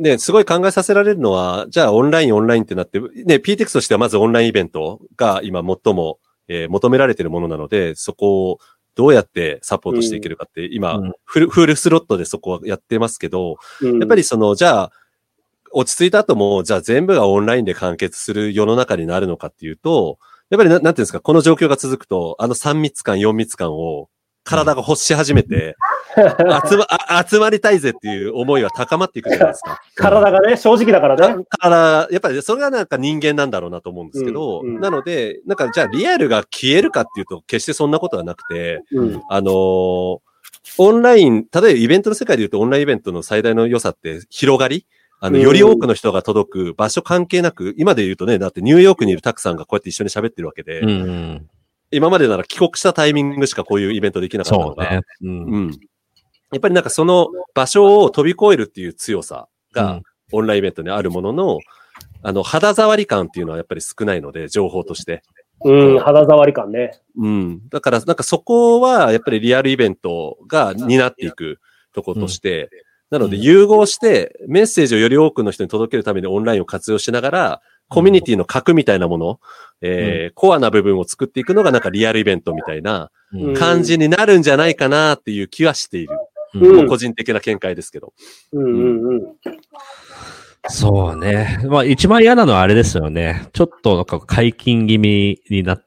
ね、すごい考えさせられるのは、じゃあオンラインってなって、ね、PTX としてはまずオンラインイベントが今最も、求められているものなので、そこをどうやってサポートしていけるかって、今、フルスロットでそこはやってますけど、やっぱりじゃあ、落ち着いた後も、じゃあ全部がオンラインで完結する世の中になるのかっていうと、やっぱりなんていうんですか、この状況が続くと、3密感、4密感を体が欲し始めて、集まりたいぜっていう思いは高まっていくじゃないですか。 体がね、正直だからね。 やっぱりそれがなんか人間なんだろうなと思うんですけど、なので、なんかじゃあリアルが消えるかっていうと、決してそんなことはなくて、オンライン、例えばイベントの世界で言うとオンラインイベントの最大の良さって広がりより多くの人が届く場所関係なく、今で言うとね、だってニューヨークにいるタクさんがこうやって一緒に喋ってるわけで、今までなら帰国したタイミングしかこういうイベントできなかったのが、やっぱりなんかその場所を飛び越えるっていう強さがオンラインイベントにあるものの、肌触り感っていうのはやっぱり少ないので、情報として。 肌触り感ね。 だからなんかそこはやっぱりリアルイベントが担っていくところとして、なので融合してメッセージをより多くの人に届けるためにオンラインを活用しながら、コミュニティの核みたいなもの、コアな部分を作っていくのがなんかリアルイベントみたいな感じになるんじゃないかなっていう気はしている。個人的な見解ですけど。 そうね。まあ一番嫌なのはあれですよね。ちょっとなんか解禁気味になって、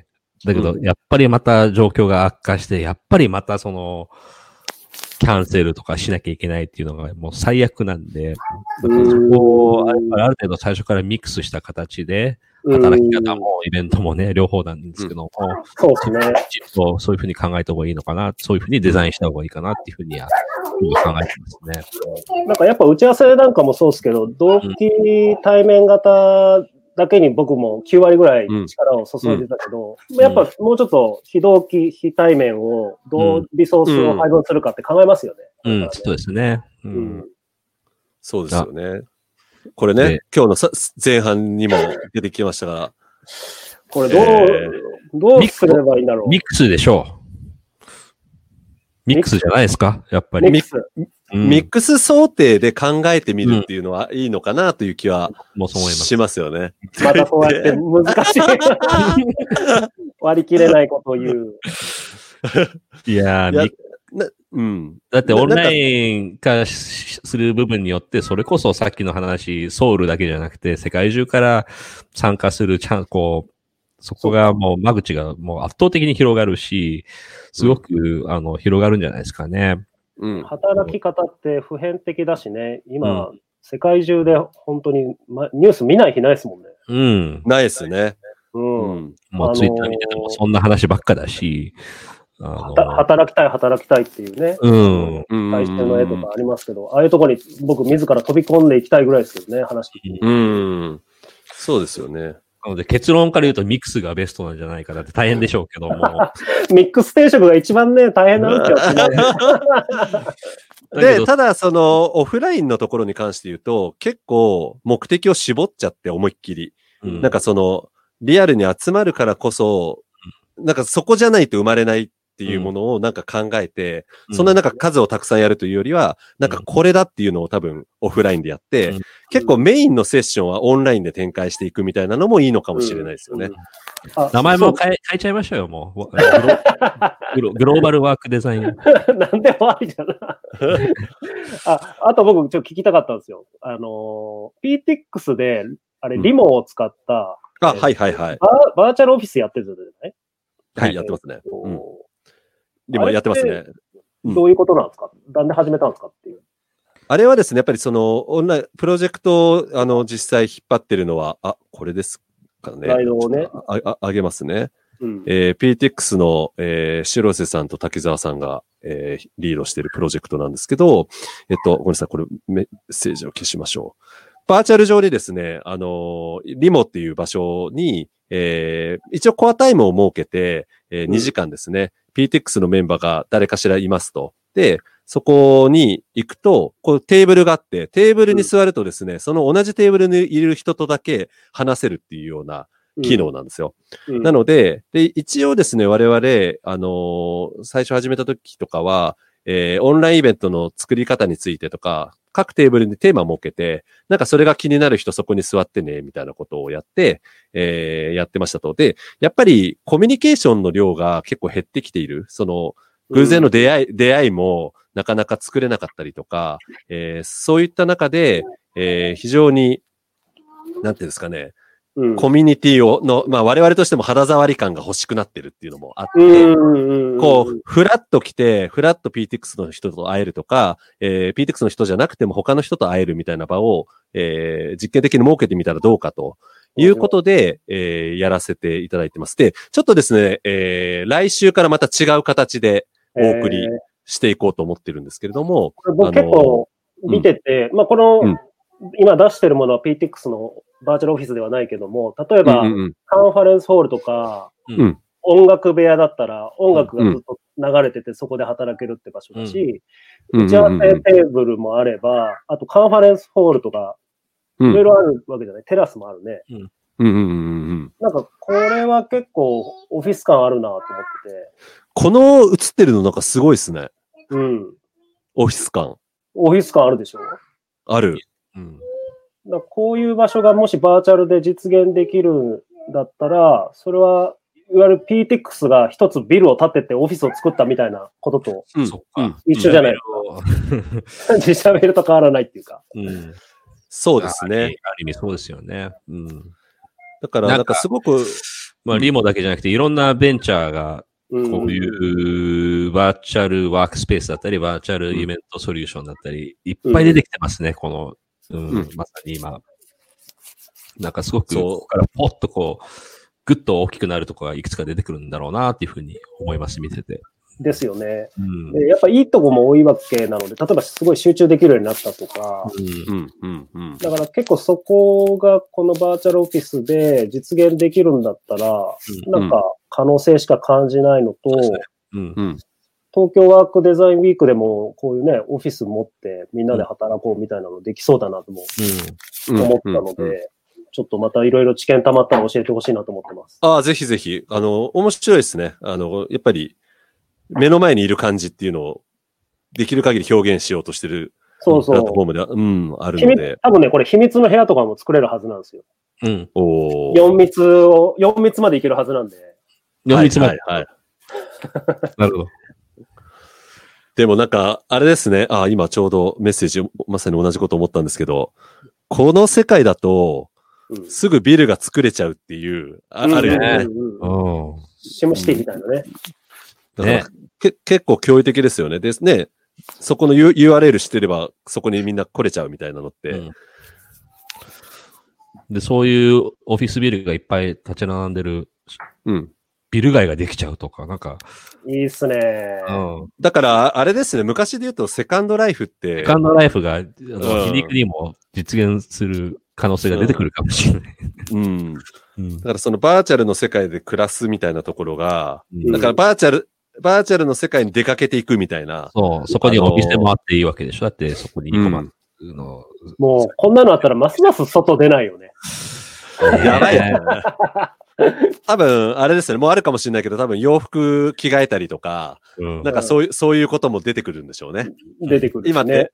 だけどやっぱりまた状況が悪化して、やっぱりまたキャンセルとかしなきゃいけないっていうのがもう最悪なんで、そこをある程度最初からミックスした形で、働き方もイベントもね、両方なんですけども、 そうですね。 そういうふうに考えた方がいいのかな、そういうふうにデザインした方がいいかなっていうふうには考えてますね。 なんかやっぱ打ち合わせなんかもそうですけど、同期対面型だけに僕も9割ぐらい力を注いでたけど、やっぱもうちょっと非同期、非対面をどうリソースを配分するかって考えますよね。 そうですね。 そうですよね。これね、今日の前半にも出てきましたが。 これどうすればいいんだろう。 ミックスでしょう。ミックスじゃないですかやっぱり。 ミックス想定で考えてみるっていうのはいいのかなという気はしますよね。 またこうやって難しい。割り切れないことを言う。 いやー、だってオンライン化する部分によって、それこそさっきの話、ソウルだけじゃなくて、世界中から参加するそこがもう間口がもう圧倒的に広がるし、すごく、広がるんじゃないですかね。 働き方って普遍的だしね、今、世界中で本当に、ニュース見ない日ないですもんね。 ないですね。 もうツイッター見ててもそんな話ばっかだし、 働きたいっていうね。大衆の絵とかありますけど、ああいうところに僕自ら飛び込んでいきたいぐらいですけどね、話的に。 そうですよね。 なので結論から言うとミックスがベストなんじゃないかなって大変でしょうけども。 ミックス定食が一番ね、大変なんですよね。で、ただオフラインのところに関して言うと、結構目的を絞っちゃって思いっきり。なんかリアルに集まるからこそ、なんかそこじゃないと生まれないっていうものをなんか考えて、そんななんか数をたくさんやるというよりは、なんかこれだっていうのを多分オフラインでやって、結構メインのセッションはオンラインで展開していくみたいなのもいいのかもしれないですよね。 名前も変えちゃいましょうよ、もう。グローバルワークデザイン。 なんでもありじゃな。あと僕ちょっと聞きたかったんですよ。PTX で、リモを使った、 はいはいはい。 バーチャルオフィスやってるんじゃない？ はい、やってますね。リモやってますね。 どういうことなんですか？なんで始めたんですかっていう。 あれはですね、やっぱりオンライン、プロジェクトを実際引っ張ってるのは、これですかね。 スライドをね。 あげますね。PTX の、白瀬さんと滝沢さんが、リードしているプロジェクトなんですけど、ごめんなさい、これメッセージを消しましょう。バーチャル上でですね、リモっていう場所に、一応コアタイムを設けて、2時間ですね、PTX のメンバーが誰かしらいますと。で、そこに行くと、こうテーブルがあって、テーブルに座るとですね、その同じテーブルにいる人とだけ話せるっていうような機能なんですよ。なので、一応ですね、我々、最初始めた時とかは、 オンラインイベントの作り方についてとか、各テーブルにテーマを設けて、なんかそれが気になる人そこに座ってね、みたいなことをやって、やってましたと。で、やっぱりコミュニケーションの量が結構減ってきている。その、偶然の出会いもなかなか作れなかったりとか、そういった中で、非常に、なんていうんですかね、コミュニティの、まあ我々としても肌触り感が欲しくなってるっていうのもあって、こう、フラッと来て、フラッと PTX の人と会えるとか、PTX の人じゃなくても他の人と会えるみたいな場を、実験的に設けてみたらどうかということで、やらせていただいてます。で、ちょっとですね、来週からまた違う形でお送りしていこうと思ってるんですけれども。 僕結構見てて、まあこの、今出してるものは PTX のバーチャルオフィスではないけども、例えば、カンファレンスホールとか、音楽部屋だったら音楽がずっと流れててそこで働けるって場所だし、打ち合わせテーブルもあれば、あとカンファレンスホールとか、いろいろあるわけじゃない、テラスもあるね。なんかこれは結構オフィス感あるなと思ってて。 この映ってるのなんかすごいですね。オフィス感。 オフィス感あるでしょ？ ある。 だこういう場所がもしバーチャルで実現できるんだったら、それはいわゆる PTX が一つビルを建ててオフィスを作ったみたいなことと一緒じゃないですか。自社ビルと変わらないっていうか。 そうですね。 ある意味そうですよね。 だからなんかすごく、 まあリモだけじゃなくていろんなベンチャーがこういうバーチャルワークスペースだったり、バーチャルイベントソリューションだったり、いっぱい出てきてますね、この。まさに今。なんかすごく、ここからポッとこう、ぐっと大きくなるところがいくつか出てくるんだろうなっていうふうに思います、見てて。 ですよね。でやっぱいいとこも多いわけなので、例えばすごい集中できるようになったとか、だから結構そこがこのバーチャルオフィスで実現できるんだったら、なんか可能性しか感じないのと、東京ワークデザインウィークでもこういうね、オフィス持ってみんなで働こうみたいなのできそうだなとも思ったので、ちょっとまたいろいろ知見溜まったら教えてほしいなと思ってます。 ぜひぜひ。面白いですね。やっぱり目の前にいる感じっていうのをできる限り表現しようとしてるプラットフォームで、あるので。 多分ね、これ秘密の部屋とかも作れるはずなんですよ。4密までいけるはずなんで。 4密まで。なるほど。 でもなんか、あれですね。今ちょうどメッセージ、まさに同じこと思ったんですけど、この世界だと、すぐビルが作れちゃうっていう、あるよね。 シムシティみたいなね。 だから結構驚異的ですよね。ですね。そこの URL 知ってれば、そこにみんな来れちゃうみたいなのって。 で、そういうオフィスビルがいっぱい立ち並んでる、ビル街ができちゃうとか、なんか。 いいっすね。 だから、あれですね、昔で言うとセカンドライフって。 セカンドライフが、皮肉にも実現する可能性が出てくるかもしれない。 だからそのバーチャルの世界で暮らすみたいなところが、だからバーチャルの世界に出かけていくみたいな。 そこにお店もあっていいわけでしょ。だってそこに行くまでの。 もう、こんなのあったらますます外出ないよね。 やばいね。多分、あれですね、もうあるかもしれないけど、多分洋服着替えたりとか、なんかそういうことも出てくるんでしょうね。 出てくる、ね。 今ね。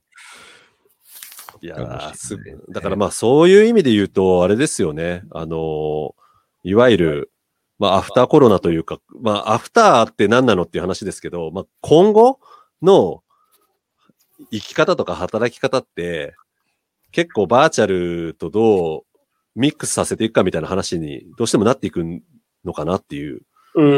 いやだからまあそういう意味で言うと、あれですよね。いわゆる、まあアフターコロナというか、まあアフターって何なのっていう話ですけど、まあ今後の生き方とか働き方って、結構バーチャルとどうミックスさせていくかみたいな話にどうしてもなっていくのかなっていう、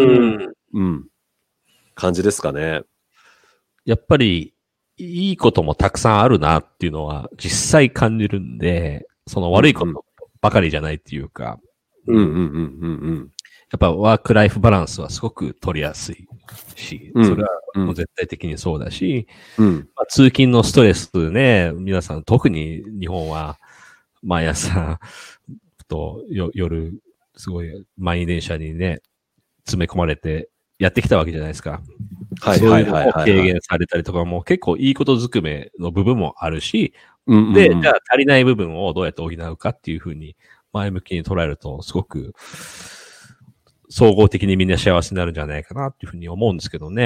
感じですかね。 やっぱり、いいこともたくさんあるなっていうのは実際感じるんで、その悪いことばかりじゃないっていうか、やっぱワークライフバランスはすごく取りやすいし、それはもう絶対的にそうだし、通勤のストレスね、皆さん特に日本は毎朝と夜すごい満員電車にね、詰め込まれてやってきたわけじゃないですか。そういうのを軽減されたりとかも結構いいことずくめの部分もあるし、で、じゃあ足りない部分をどうやって補うかっていうふうに前向きに捉えるとすごく総合的にみんな幸せになるんじゃないかなっていうふうに思うんですけどね。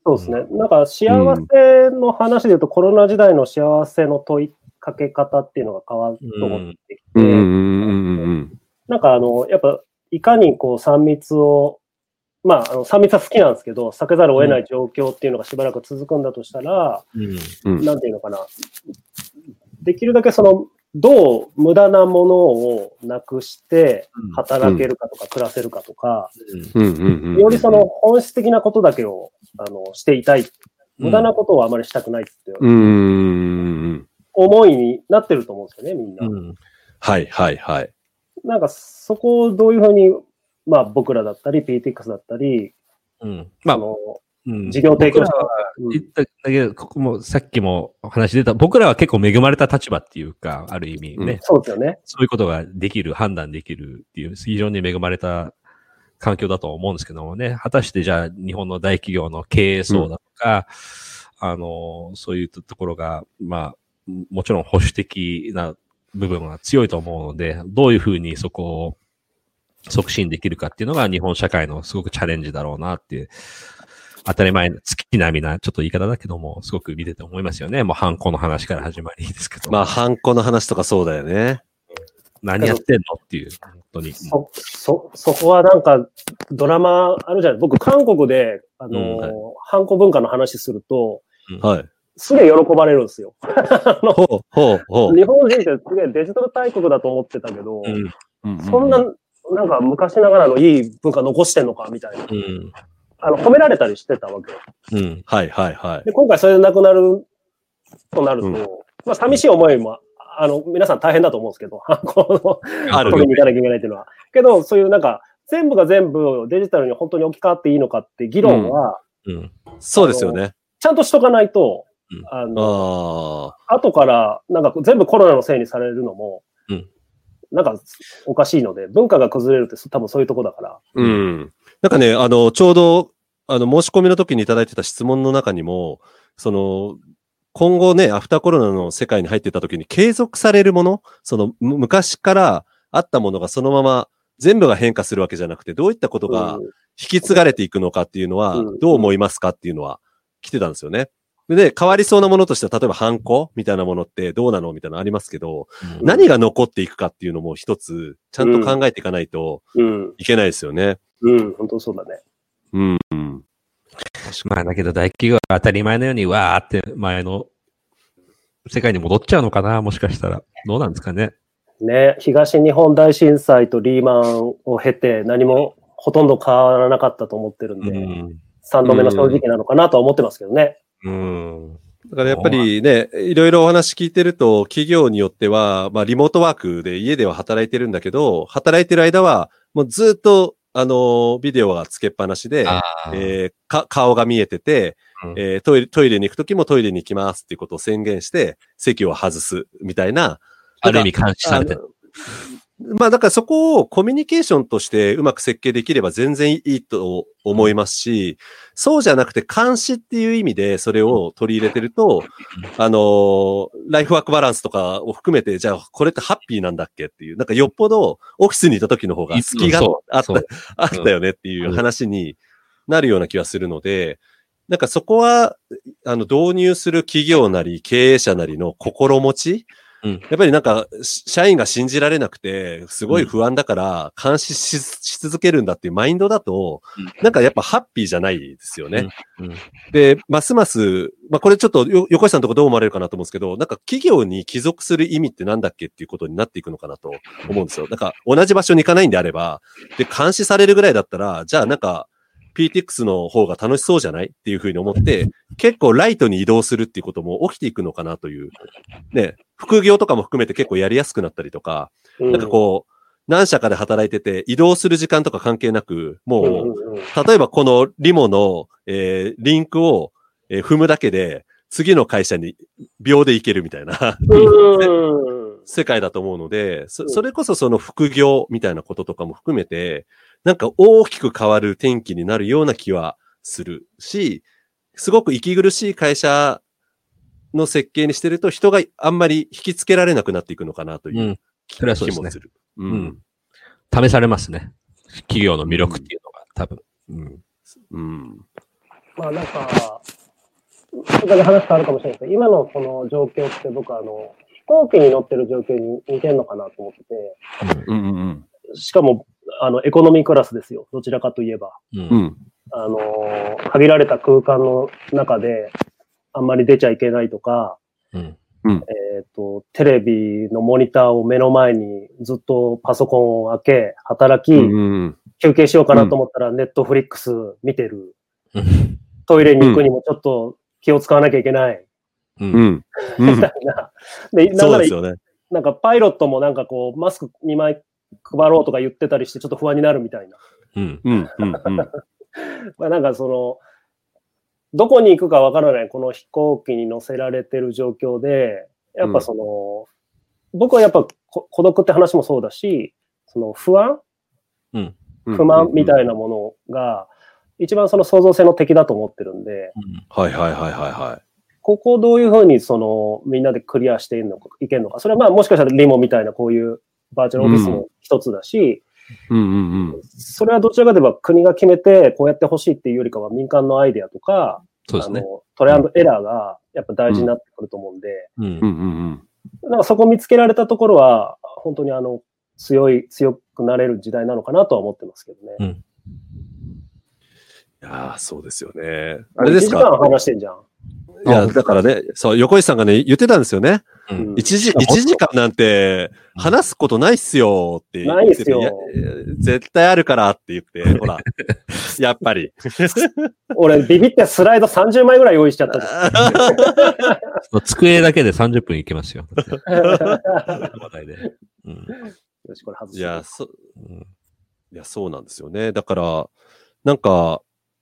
そうですね。なんか幸せの話で言うと、コロナ時代の幸せの問いかけ方っていうのが変わると思ってきて、なんかやっぱ、いかにこう3密を、まあ、3密は好きなんですけど、避けざるを得ない状況っていうのがしばらく続くんだとしたら、なんていうのかな。できるだけどう無駄なものをなくして働けるかとか暮らせるかとか、より本質的なことだけをしていたい。無駄なことをあまりしたくないっていう思いになってると思うんですよね、みんな。 はいはいはい。 なんかそこをどういうふうに、まあ僕らだったり PTX だったり、まあ事業提供者は言っただけど、ここもさっきもお話出た、僕らは結構恵まれた立場っていうか、ある意味ね。 そうですよね。 そういうことができる、判断できるっていう、非常に恵まれた環境だと思うんですけどもね。果たしてじゃあ日本の大企業の経営層だとか、そういうところが、まあ、もちろん保守的な部分が強いと思うので、どういうふうにそこを促進できるかっていうのが日本社会のすごくチャレンジだろうなっていう。当たり前の月並みな、ちょっと言い方だけども、すごく見てて思いますよね。もうハンコの話から始まりですけど。 まあ、ハンコの話とかそうだよね。 何やってんのっていう、本当に。 そこはなんか、ドラマあるじゃない。僕、韓国で、ハンコ文化の話すると、 はい。 すげえ喜ばれるんですよ。日本人ってすげえデジタル大国だと思ってたけど、そんな、なんか昔ながらのいい文化残してんのかみたいな。褒められたりしてたわけよ。 はいはいはい。 で、今回それでなくなるとなると、まあ寂しい思いも、皆さん大変だと思うんですけど、ハンコの取りに行かなきゃいけないっていうのは。けど、そういうなんか、全部が全部デジタルに本当に置き換わっていいのかって議論は、 そうですよね。 ちゃんとしとかないと、後からなんか全部コロナのせいにされるのも、なんかおかしいので、文化が崩れるって多分そういうとこだから。 なんかね、ちょうど、申し込みの時にいただいてた質問の中にも、今後ね、アフターコロナの世界に入っていった時に継続されるもの、昔からあったものがそのまま全部が変化するわけじゃなくて、どういったことが引き継がれていくのかっていうのは、どう思いますかっていうのは来てたんですよね。で、変わりそうなものとしては、例えばハンコみたいなものってどうなのみたいなのありますけど、何が残っていくかっていうのも一つ、ちゃんと考えていかないといけないですよね。 本当そうだね。 まあ、だけど大企業は当たり前のように、わーって前の世界に戻っちゃうのかな、もしかしたら。どうなんですかね。 ね、東日本大震災とリーマンを経て何もほとんど変わらなかったと思ってるんで、3度目の正直なのかなとは思ってますけどね。 だからやっぱりね、いろいろお話聞いてると、企業によっては、まあリモートワークで家では働いてるんだけど、働いてる間は、もうずっと、ビデオがつけっぱなしで、顔が見えてて、トイレに行くときもトイレに行きますっていうことを宣言して、席を外すみたいな。 ある意味監視されてる。 まあだからそこをコミュニケーションとしてうまく設計できれば全然いいと思いますし、そうじゃなくて監視っていう意味でそれを取り入れてると、ライフワークバランスとかを含めて、じゃあこれってハッピーなんだっけっていう、なんかよっぽどオフィスにいた時の方が好きがあったよねっていう話になるような気がするので、なんかそこは、導入する企業なり経営者なりの心持ち、やっぱりなんか、社員が信じられなくて、すごい不安だから、監視し続けるんだっていうマインドだと、なんかやっぱハッピーじゃないですよね。で、ますます、まあこれちょっと横井さんのとこどう思われるかなと思うんですけど、なんか企業に帰属する意味ってなんだっけっていうことになっていくのかなと思うんですよ。なんか同じ場所に行かないんであれば、で、監視されるぐらいだったら、じゃあなんか、PTX の方が楽しそうじゃないっていうふうに思って、結構ライトに移動するっていうことも起きていくのかなという。ね、副業とかも含めて結構やりやすくなったりとか、なんかこう、何社かで働いてて移動する時間とか関係なく、もう、例えばこのリモの、リンクを、踏むだけで、次の会社に秒で行けるみたいな世界だと思うので、それこそその副業みたいなこととかも含めて、なんか大きく変わる転機になるような気はするし、すごく息苦しい会社の設計にしてると人があんまり引きつけられなくなっていくのかなという気もする。 試されますね。企業の魅力っていうのが多分。 まあなんか、それだけ話変わるかもしれないですけど、今のこの状況って僕飛行機に乗ってる状況に似てるのかなと思ってて、しかも、エコノミークラスですよ。どちらかといえば。限られた空間の中で、あんまり出ちゃいけないとか、テレビのモニターを目の前にずっとパソコンを開け、働き、休憩しようかなと思ったらネットフリックス見てる。トイレに行くにもちょっと気を使わなきゃいけない。みたいな。で、 そうですよね。 なんかパイロットもなんかこう、マスク2枚配ろうとか言ってたりしてちょっと不安になるみたいな。まあなんかどこに行くかわからないこの飛行機に乗せられてる状況で、やっぱ僕はやっぱ孤独って話もそうだし、不安、不満みたいなものが、一番創造性の敵だと思ってるんで、ここをどういうふうにみんなでクリアしていけるのか。それはまあもしかしたらリモみたいなこういうバーチャルオフィスも一つだし、それはどちらかといえば国が決めてこうやってほしいっていうよりかは民間のアイデアとか、 そうですね、 トライアンドエラーがやっぱ大事になってくると思うんで、なんかそこを見つけられたところは、本当に強くなれる時代なのかなとは思ってますけどね。 いやー、そうですよね。あれですか？ 1時間話してんじゃん。 いや、だからね、そう、横井さんがね、言ってたんですよね。1時間なんて話すことないっすよって言ってて、ないっすよ。絶対あるからって言って、ほら、やっぱり。 俺、ビビってスライド30枚ぐらい用意しちゃったじゃん。机だけで30分いけますよ。話題で。 よし、これ外して。 いや、そうなんですよね。だから、なんか、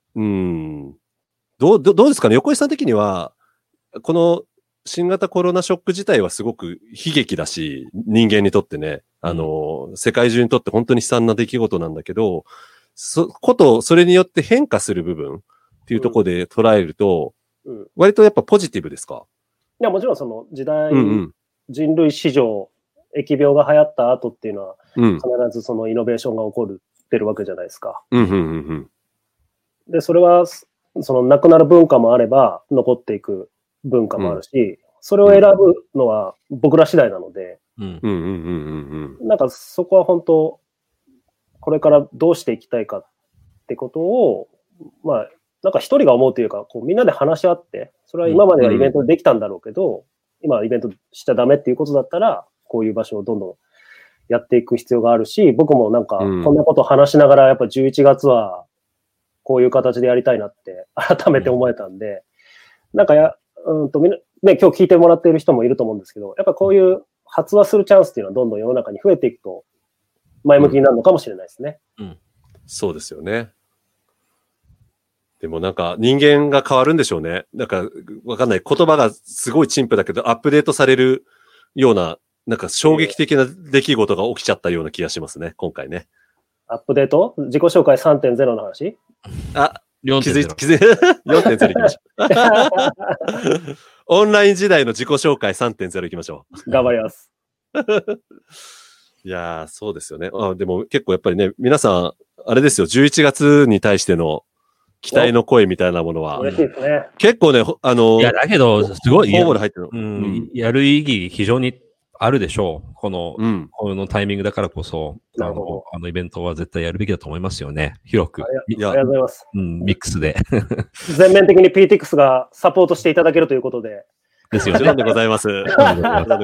どうですかね、横井さん的には、この新型コロナショック自体はすごく悲劇だし、人間にとってね、世界中にとって本当に悲惨な出来事なんだけど、それによって変化する部分っていうところで捉えると、割とやっぱポジティブですか？ いや、もちろん時代、人類史上、疫病が流行った後っていうのは、必ずイノベーションが起こってるわけじゃないですか。で、それは、なくなる文化もあれば、残っていく文化もあるし、それを選ぶのは僕ら次第なので、なんかそこは本当、これからどうしていきたいかってことを、まあ、なんか一人が思うというか、みんなで話し合って、それは今まではイベントでできたんだろうけど、今はイベントしちゃダメっていうことだったら、こういう場所をどんどんやっていく必要があるし、僕もなんか、こんなことを話しながら、やっぱ11月は、こういう形でやりたいなって改めて思えたんで、なんかみんな、ね、今日聞いてもらっている人もいると思うんですけど、やっぱこういう発話するチャンスっていうのはどんどん世の中に増えていくと、前向きになるのかもしれないですね。 そうですよね。でもなんか人間が変わるんでしょうね。なんかわかんない。言葉がすごい陳腐だけど、アップデートされるような、なんか衝撃的な出来事が起きちゃったような気がしますね、今回ね。 アップデート？自己紹介 3.0 の話？ 4.0。 4.0 いきましょう。オンライン時代の自己紹介 3.0 いきましょう。頑張ります。 いやー、そうですよね。でも結構やっぱりね、皆さん、あれですよ、11月に対しての期待の声みたいなものは。 嬉しいですね。 結構ね、 いや、だけど、すごい、 ホームで入ってるの。やる意義非常にあるでしょう。このタイミングだからこそ、イベントは絶対やるべきだと思いますよね。広く。 ありがとうございます。 ミックスで。 全面的に PTX がサポートしていただけるということで。 ですよね。 もちろんでございます。よかった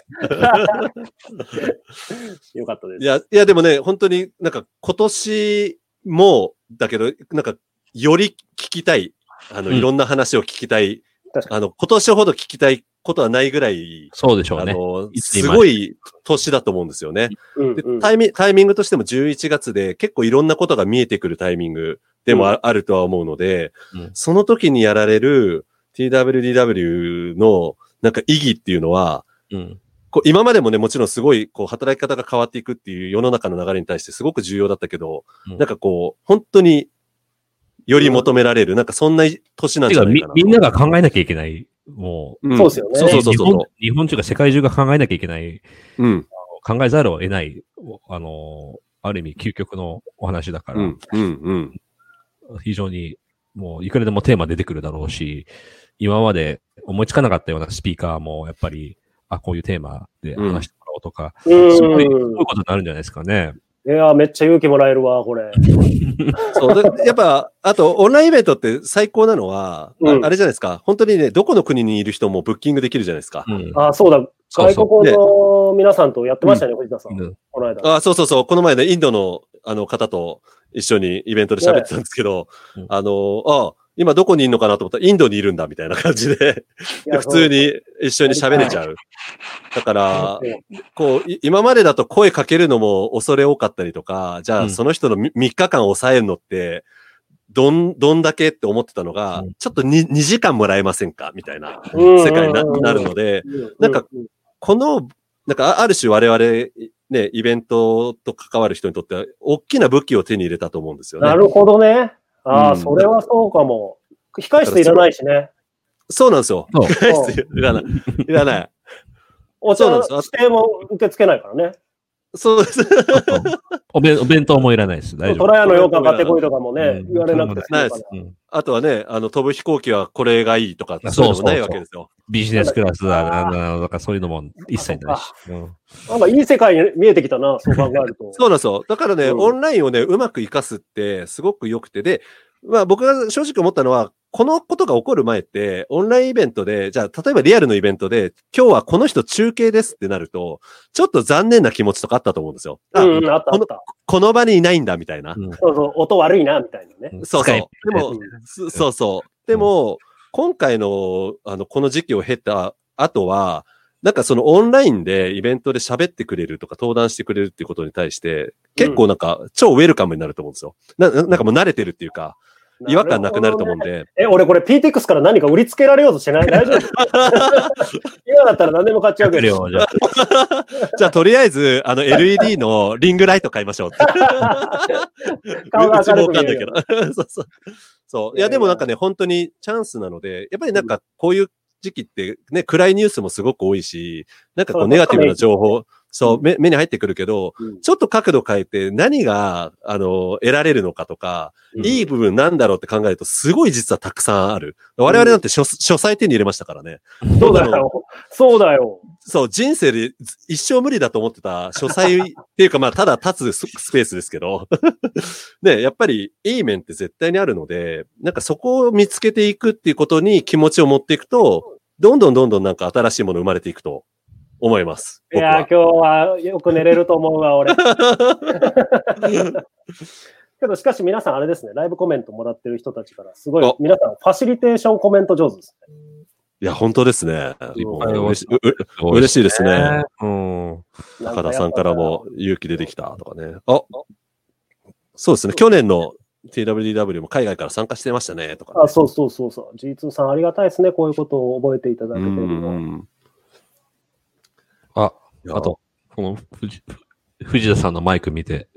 です。いや、でもね、本当になんか今年も、だけど、なんか、より聞きたい、いろんな話を聞きたい、今年ほど聞きたいことはないぐらい、 そうでしょうね。 すごい年だと思うんですよね。でタイミングとしても11月で結構いろんなことが見えてくるタイミングでもあるとは思うので、その時にやられる TWDW のなんか意義っていうのは、今までもね、もちろんすごい働き方が変わっていくっていう世の中の流れに対してすごく重要だったけど、なんか本当により求められる、なんかそんな年なんじゃないかな。 みんなが考えなきゃいけない。もう。そうですよね。 そう。 日本中が世界中が考えなきゃいけない。考えざるを得ない、ある意味究極のお話だから。非常にもういくらでもテーマ出てくるだろうし、今まで思いつかなかったようなスピーカーも、やっぱり、こういうテーマで話してもらおうとか、すごいことになるんじゃないですかね。 いや、めっちゃ勇気もらえるわ、これ。 そう。やっぱ、あと、オンラインイベントって最高なのは、あれじゃないですか。本当にね、どこの国にいる人もブッキングできるじゃないですか。 そうだ。外国の皆さんとやってましたね、藤田さん。この間。 そう。この前ね、インドの方と一緒にイベントで喋ってたんですけど、今どこにいるのかなと思ったらインドにいるんだみたいな感じで、普通に一緒に喋れちゃう。だから、こう、今までだと声かけるのも恐れ多かったりとか、じゃあその人の3日間抑えるのって、どんだけって思ってたのが、ちょっと 2時間もらえませんかみたいな世界になるので、なんか、なんかある種我々、ね、イベントと関わる人にとっては、大きな武器を手に入れたと思うんですよね。 なるほどね。それはそうかも。控室いらないしね。 そうなんですよ。控室いらない。いらない。 お茶指定も受け付けないからね。 そうです。 お弁当もいらないです。大丈夫。 トラヤの羊羹買ってこいとかもね、言われなくてないです。あとはね、飛ぶ飛行機はこれがいいとか、そういうのもないわけですよ。 ビジネスクラスだ、とかそういうのも一切ないし。 なんかいい世界に見えてきたな、そう考えると。 そうなんですよ。だからね、オンラインをね、うまく活かすってすごく良くて、で、まあ僕が正直思ったのは、このことが起こる前って、オンラインイベントで、じゃあ、例えばリアルのイベントで、今日はこの人中継ですってなると、ちょっと残念な気持ちとかあったと思うんですよ。 あった。 この場にいないんだ、みたいな。 そう、音悪いな、みたいなね。 そう。でも、そう。でも、今回の、この時期を経た後は、なんかそのオンラインでイベントで喋ってくれるとか登壇してくれるっていうことに対して、結構なんか超ウェルカムになると思うんですよ。なんかもう慣れてるっていうか、違和感なくなると思うんで。 俺これ PTX から何か売りつけられようとしてない？大丈夫？今だったら何でも買っちゃうけど。 じゃあとりあえず、LED のリングライト買いましょうって。 顔が明るく見える。 うちもわかんないけど。そう。いやでもなんかね、本当にチャンスなので、やっぱりなんかこういう時期ってね、暗いニュースもすごく多いし、なんかこうネガティブな情報、目に入ってくるけど、ちょっと角度変えて何が、得られるのかとか、いい部分なんだろうって考えると、すごい実はたくさんある。我々なんて書斎手に入れましたからね。 そうだよ。 そう、人生で一生無理だと思ってた書斎っていうか、まあ、ただ立つスペースですけど、ね、やっぱりいい面って絶対にあるので、なんかそこを見つけていくっていうことに気持ちを持っていくと、どんどんなんか新しいもの生まれていくと思います。 いや、今日はよく寝れると思うわ、俺。けど、しかし皆さんあれですね、ライブコメントもらってる人たちから、すごい、皆さんファシリテーションコメント上手ですね。 いや、本当ですね。嬉しいですね。高田さんからも勇気出てきたとかね。そうですね。去年の TWDW も海外から参加してましたねとか、ね。 そう。G2 さんありがたいですね。こういうことを覚えていただけてるのは。あと、この藤田さんのマイク見て。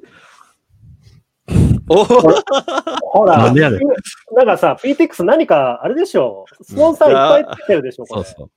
ほら、なんかさ、PTX 何か、あれでしょ、スポンサーいっぱいつけてるでしょ、これ。 そう。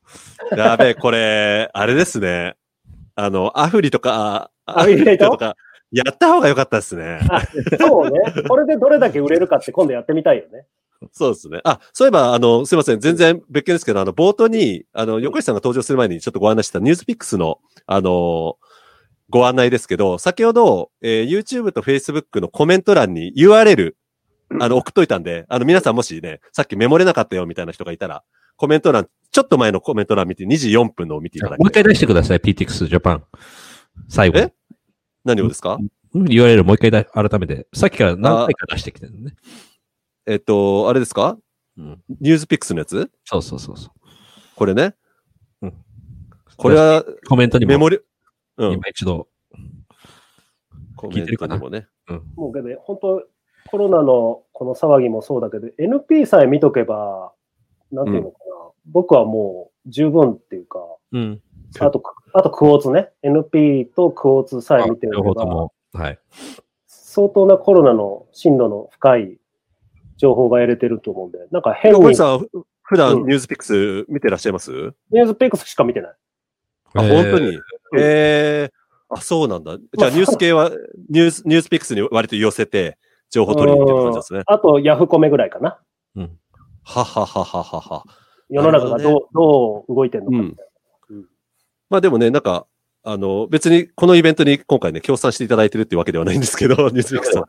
やべえ、これ、あれですね。アフリとか、 アフィリエイトとか、やった方が良かったですね。 そうね。これでどれだけ売れるかって今度やってみたいよね。 そうですね。そういえば、すいません。全然別件ですけど、冒頭に、横井さんが登場する前にちょっとご案内したニュースピックスの、ご案内ですけど、先ほど、YouTube と Facebook のコメント欄に URL、送っといたんで、皆さんもしね、さっきメモれなかったよみたいな人がいたら、コメント欄、ちょっと前のコメント欄見て24分のを見ていただきたい。 もう一回出してください、PTX Japan。最後。 何をですか？ URL もう一回改めて。さっきから何回か出してきてるね。 あれですか？ニュースピックスのやつ？ そう。 これね。これは、 コメントにも。 メモリ、 今一度。 聞いてるかな？ もうけど、本当コロナのこの騒ぎもそうだけど、NP さえ見とけば、なんていうのかな。僕はもう十分っていうか、あとクォーツね。NP とクォーツさえ見てる両方とも、はい。 相当なコロナの深度の深い情報が得れてると思うんで、なんか変に。 横井さん、普段ニュースピックス見てらっしゃいます？ ニュースピックスしか見てない。 本当に。そうなんだ。じゃあニュース系は、ニュースピックスに割と寄せて、情報取りに行ってる感じですね。 あと、ヤフコメぐらいかな。 うん。 はははははは。 世の中がどう動いてるのかみたいな。 まあでもね、なんか、別にこのイベントに今回ね、協賛していただいてるっていうわけではないんですけど、ニュースミックスさんって。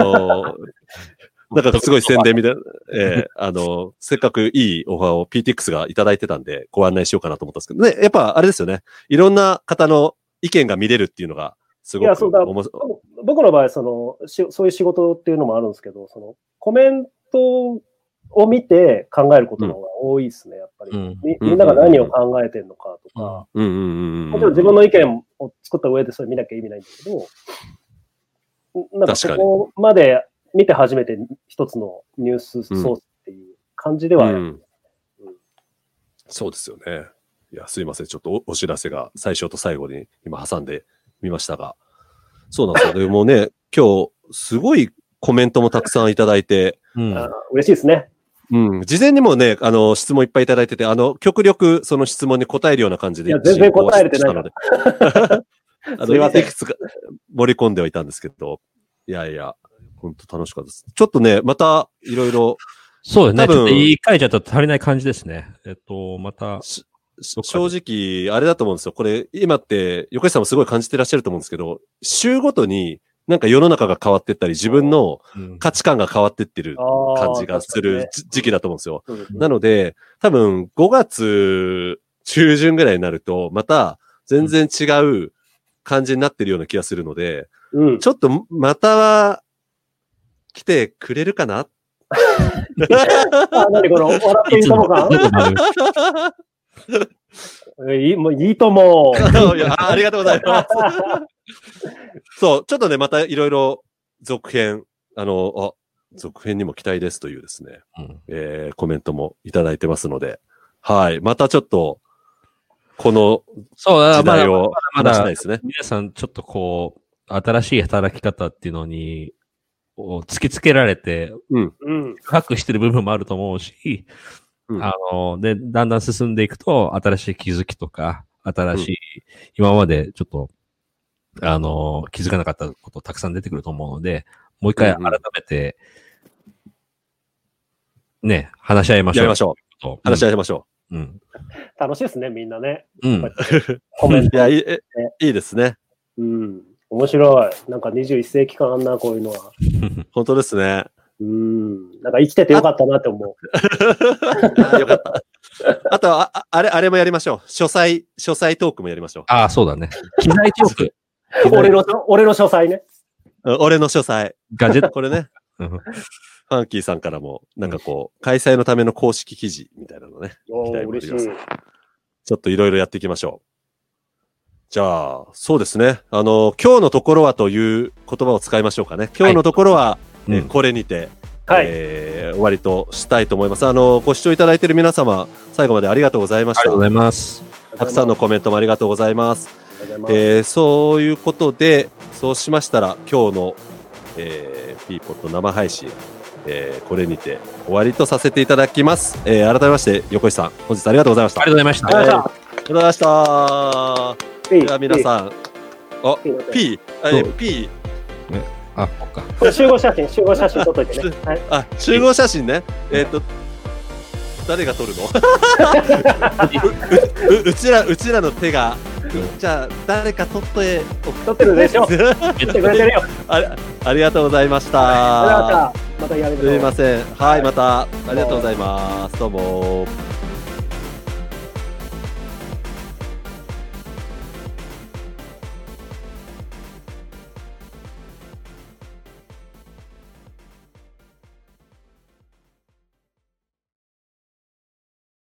なんかすごい宣伝みたいな、せっかくいいオファーを PTX がいただいてたんで、ご案内しようかなと思ったんですけどね、やっぱあれですよね。いろんな方の意見が見れるっていうのが、すごく面白い。 僕の場合、そういう仕事っていうのもあるんですけど、コメントを見て考えることの方が多いですね、やっぱり。みんなが何を考えてるのかとか、もちろん自分の意見を作った上でそれ見なきゃ意味ないんだけど、なんかそこまで見て初めて一つのニュースソースっていう感じではある。 そうですよね。いや、すいません。ちょっとお知らせが最初と最後に今挟んでみましたが。そうなんですよ。でもね、今日すごいコメントもたくさんいただいて。 嬉しいですね。 事前にもね、質問いっぱいいただいてて、極力その質問に答えるような感じで。 いや、全然答えれてないので。 すいません。いくつか盛り込んではいたんですけど。いやいや、本当楽しかったです。ちょっとね、またいろいろ。 そうですね。ちょっと言い換えちゃったと足りない感じですね。また。 正直、あれだと思うんですよ。これ、今って、横井さんもすごい感じてらっしゃると思うんですけど、週ごとになんか世の中が変わってったり、自分の価値観が変わってってる感じがする時期だと思うんですよ。なので、多分5月中旬ぐらいになると、また全然違う感じになってるような気がするので、ちょっとまた来てくれるかな何この、笑っていいともかもういいとも。 ありがとうございます。そう、ちょっとね、またいろいろ続編、続編にも期待ですというですね、コメントもいただいてますので、はい、またちょっと、この時代を話したいですね。 皆さんちょっとこう、新しい働き方っていうのに、突きつけられて、深くしてる部分もあると思うし、で、だんだん進んでいくと、新しい気づきとか、新しい、今までちょっと、気づかなかったことたくさん出てくると思うので、もう一回改めて、ね、話し合いましょう。 やりましょう。話し合いましょう。楽しいですね、みんなね。 コメント。いや、いいですね。 面白い。なんか21世紀感あんな、こういうのは。 本当ですね。 なんか生きててよかったなって思う。 よかった。あとあれもやりましょう。書斎トークもやりましょう。 ああ、そうだね。機材トーク。 俺の書斎ね。 俺の書斎。 ガジェット。 これね。ファンキーさんからも、なんかこう、開催のための公式記事みたいなのね。 嬉しい。 ちょっといろいろやっていきましょう。じゃあ、そうですね。今日のところはという言葉を使いましょうかね。今日のところは、これにて、終わりとしたいと思います。ご視聴いただいている皆様、最後までありがとうございました。 ありがとうございます。 たくさんのコメントもありがとうございます。そういうことで、そうしましたら、今日の、ピーポット生配信、これにて終わりとさせていただきます。改めまして、横井さん、本日ありがとうございました。 ありがとうございました。 ありがとうございました。では皆さん、P。 そっか。 集合写真撮っといてね。 集合写真ね。誰が撮るのうちらの手が、じゃあ、誰か撮ってるでしょ。言ってくれてるよ。 ありがとうございました。 またやりましょう。 すいません。はい、また、ありがとうございます。どうも。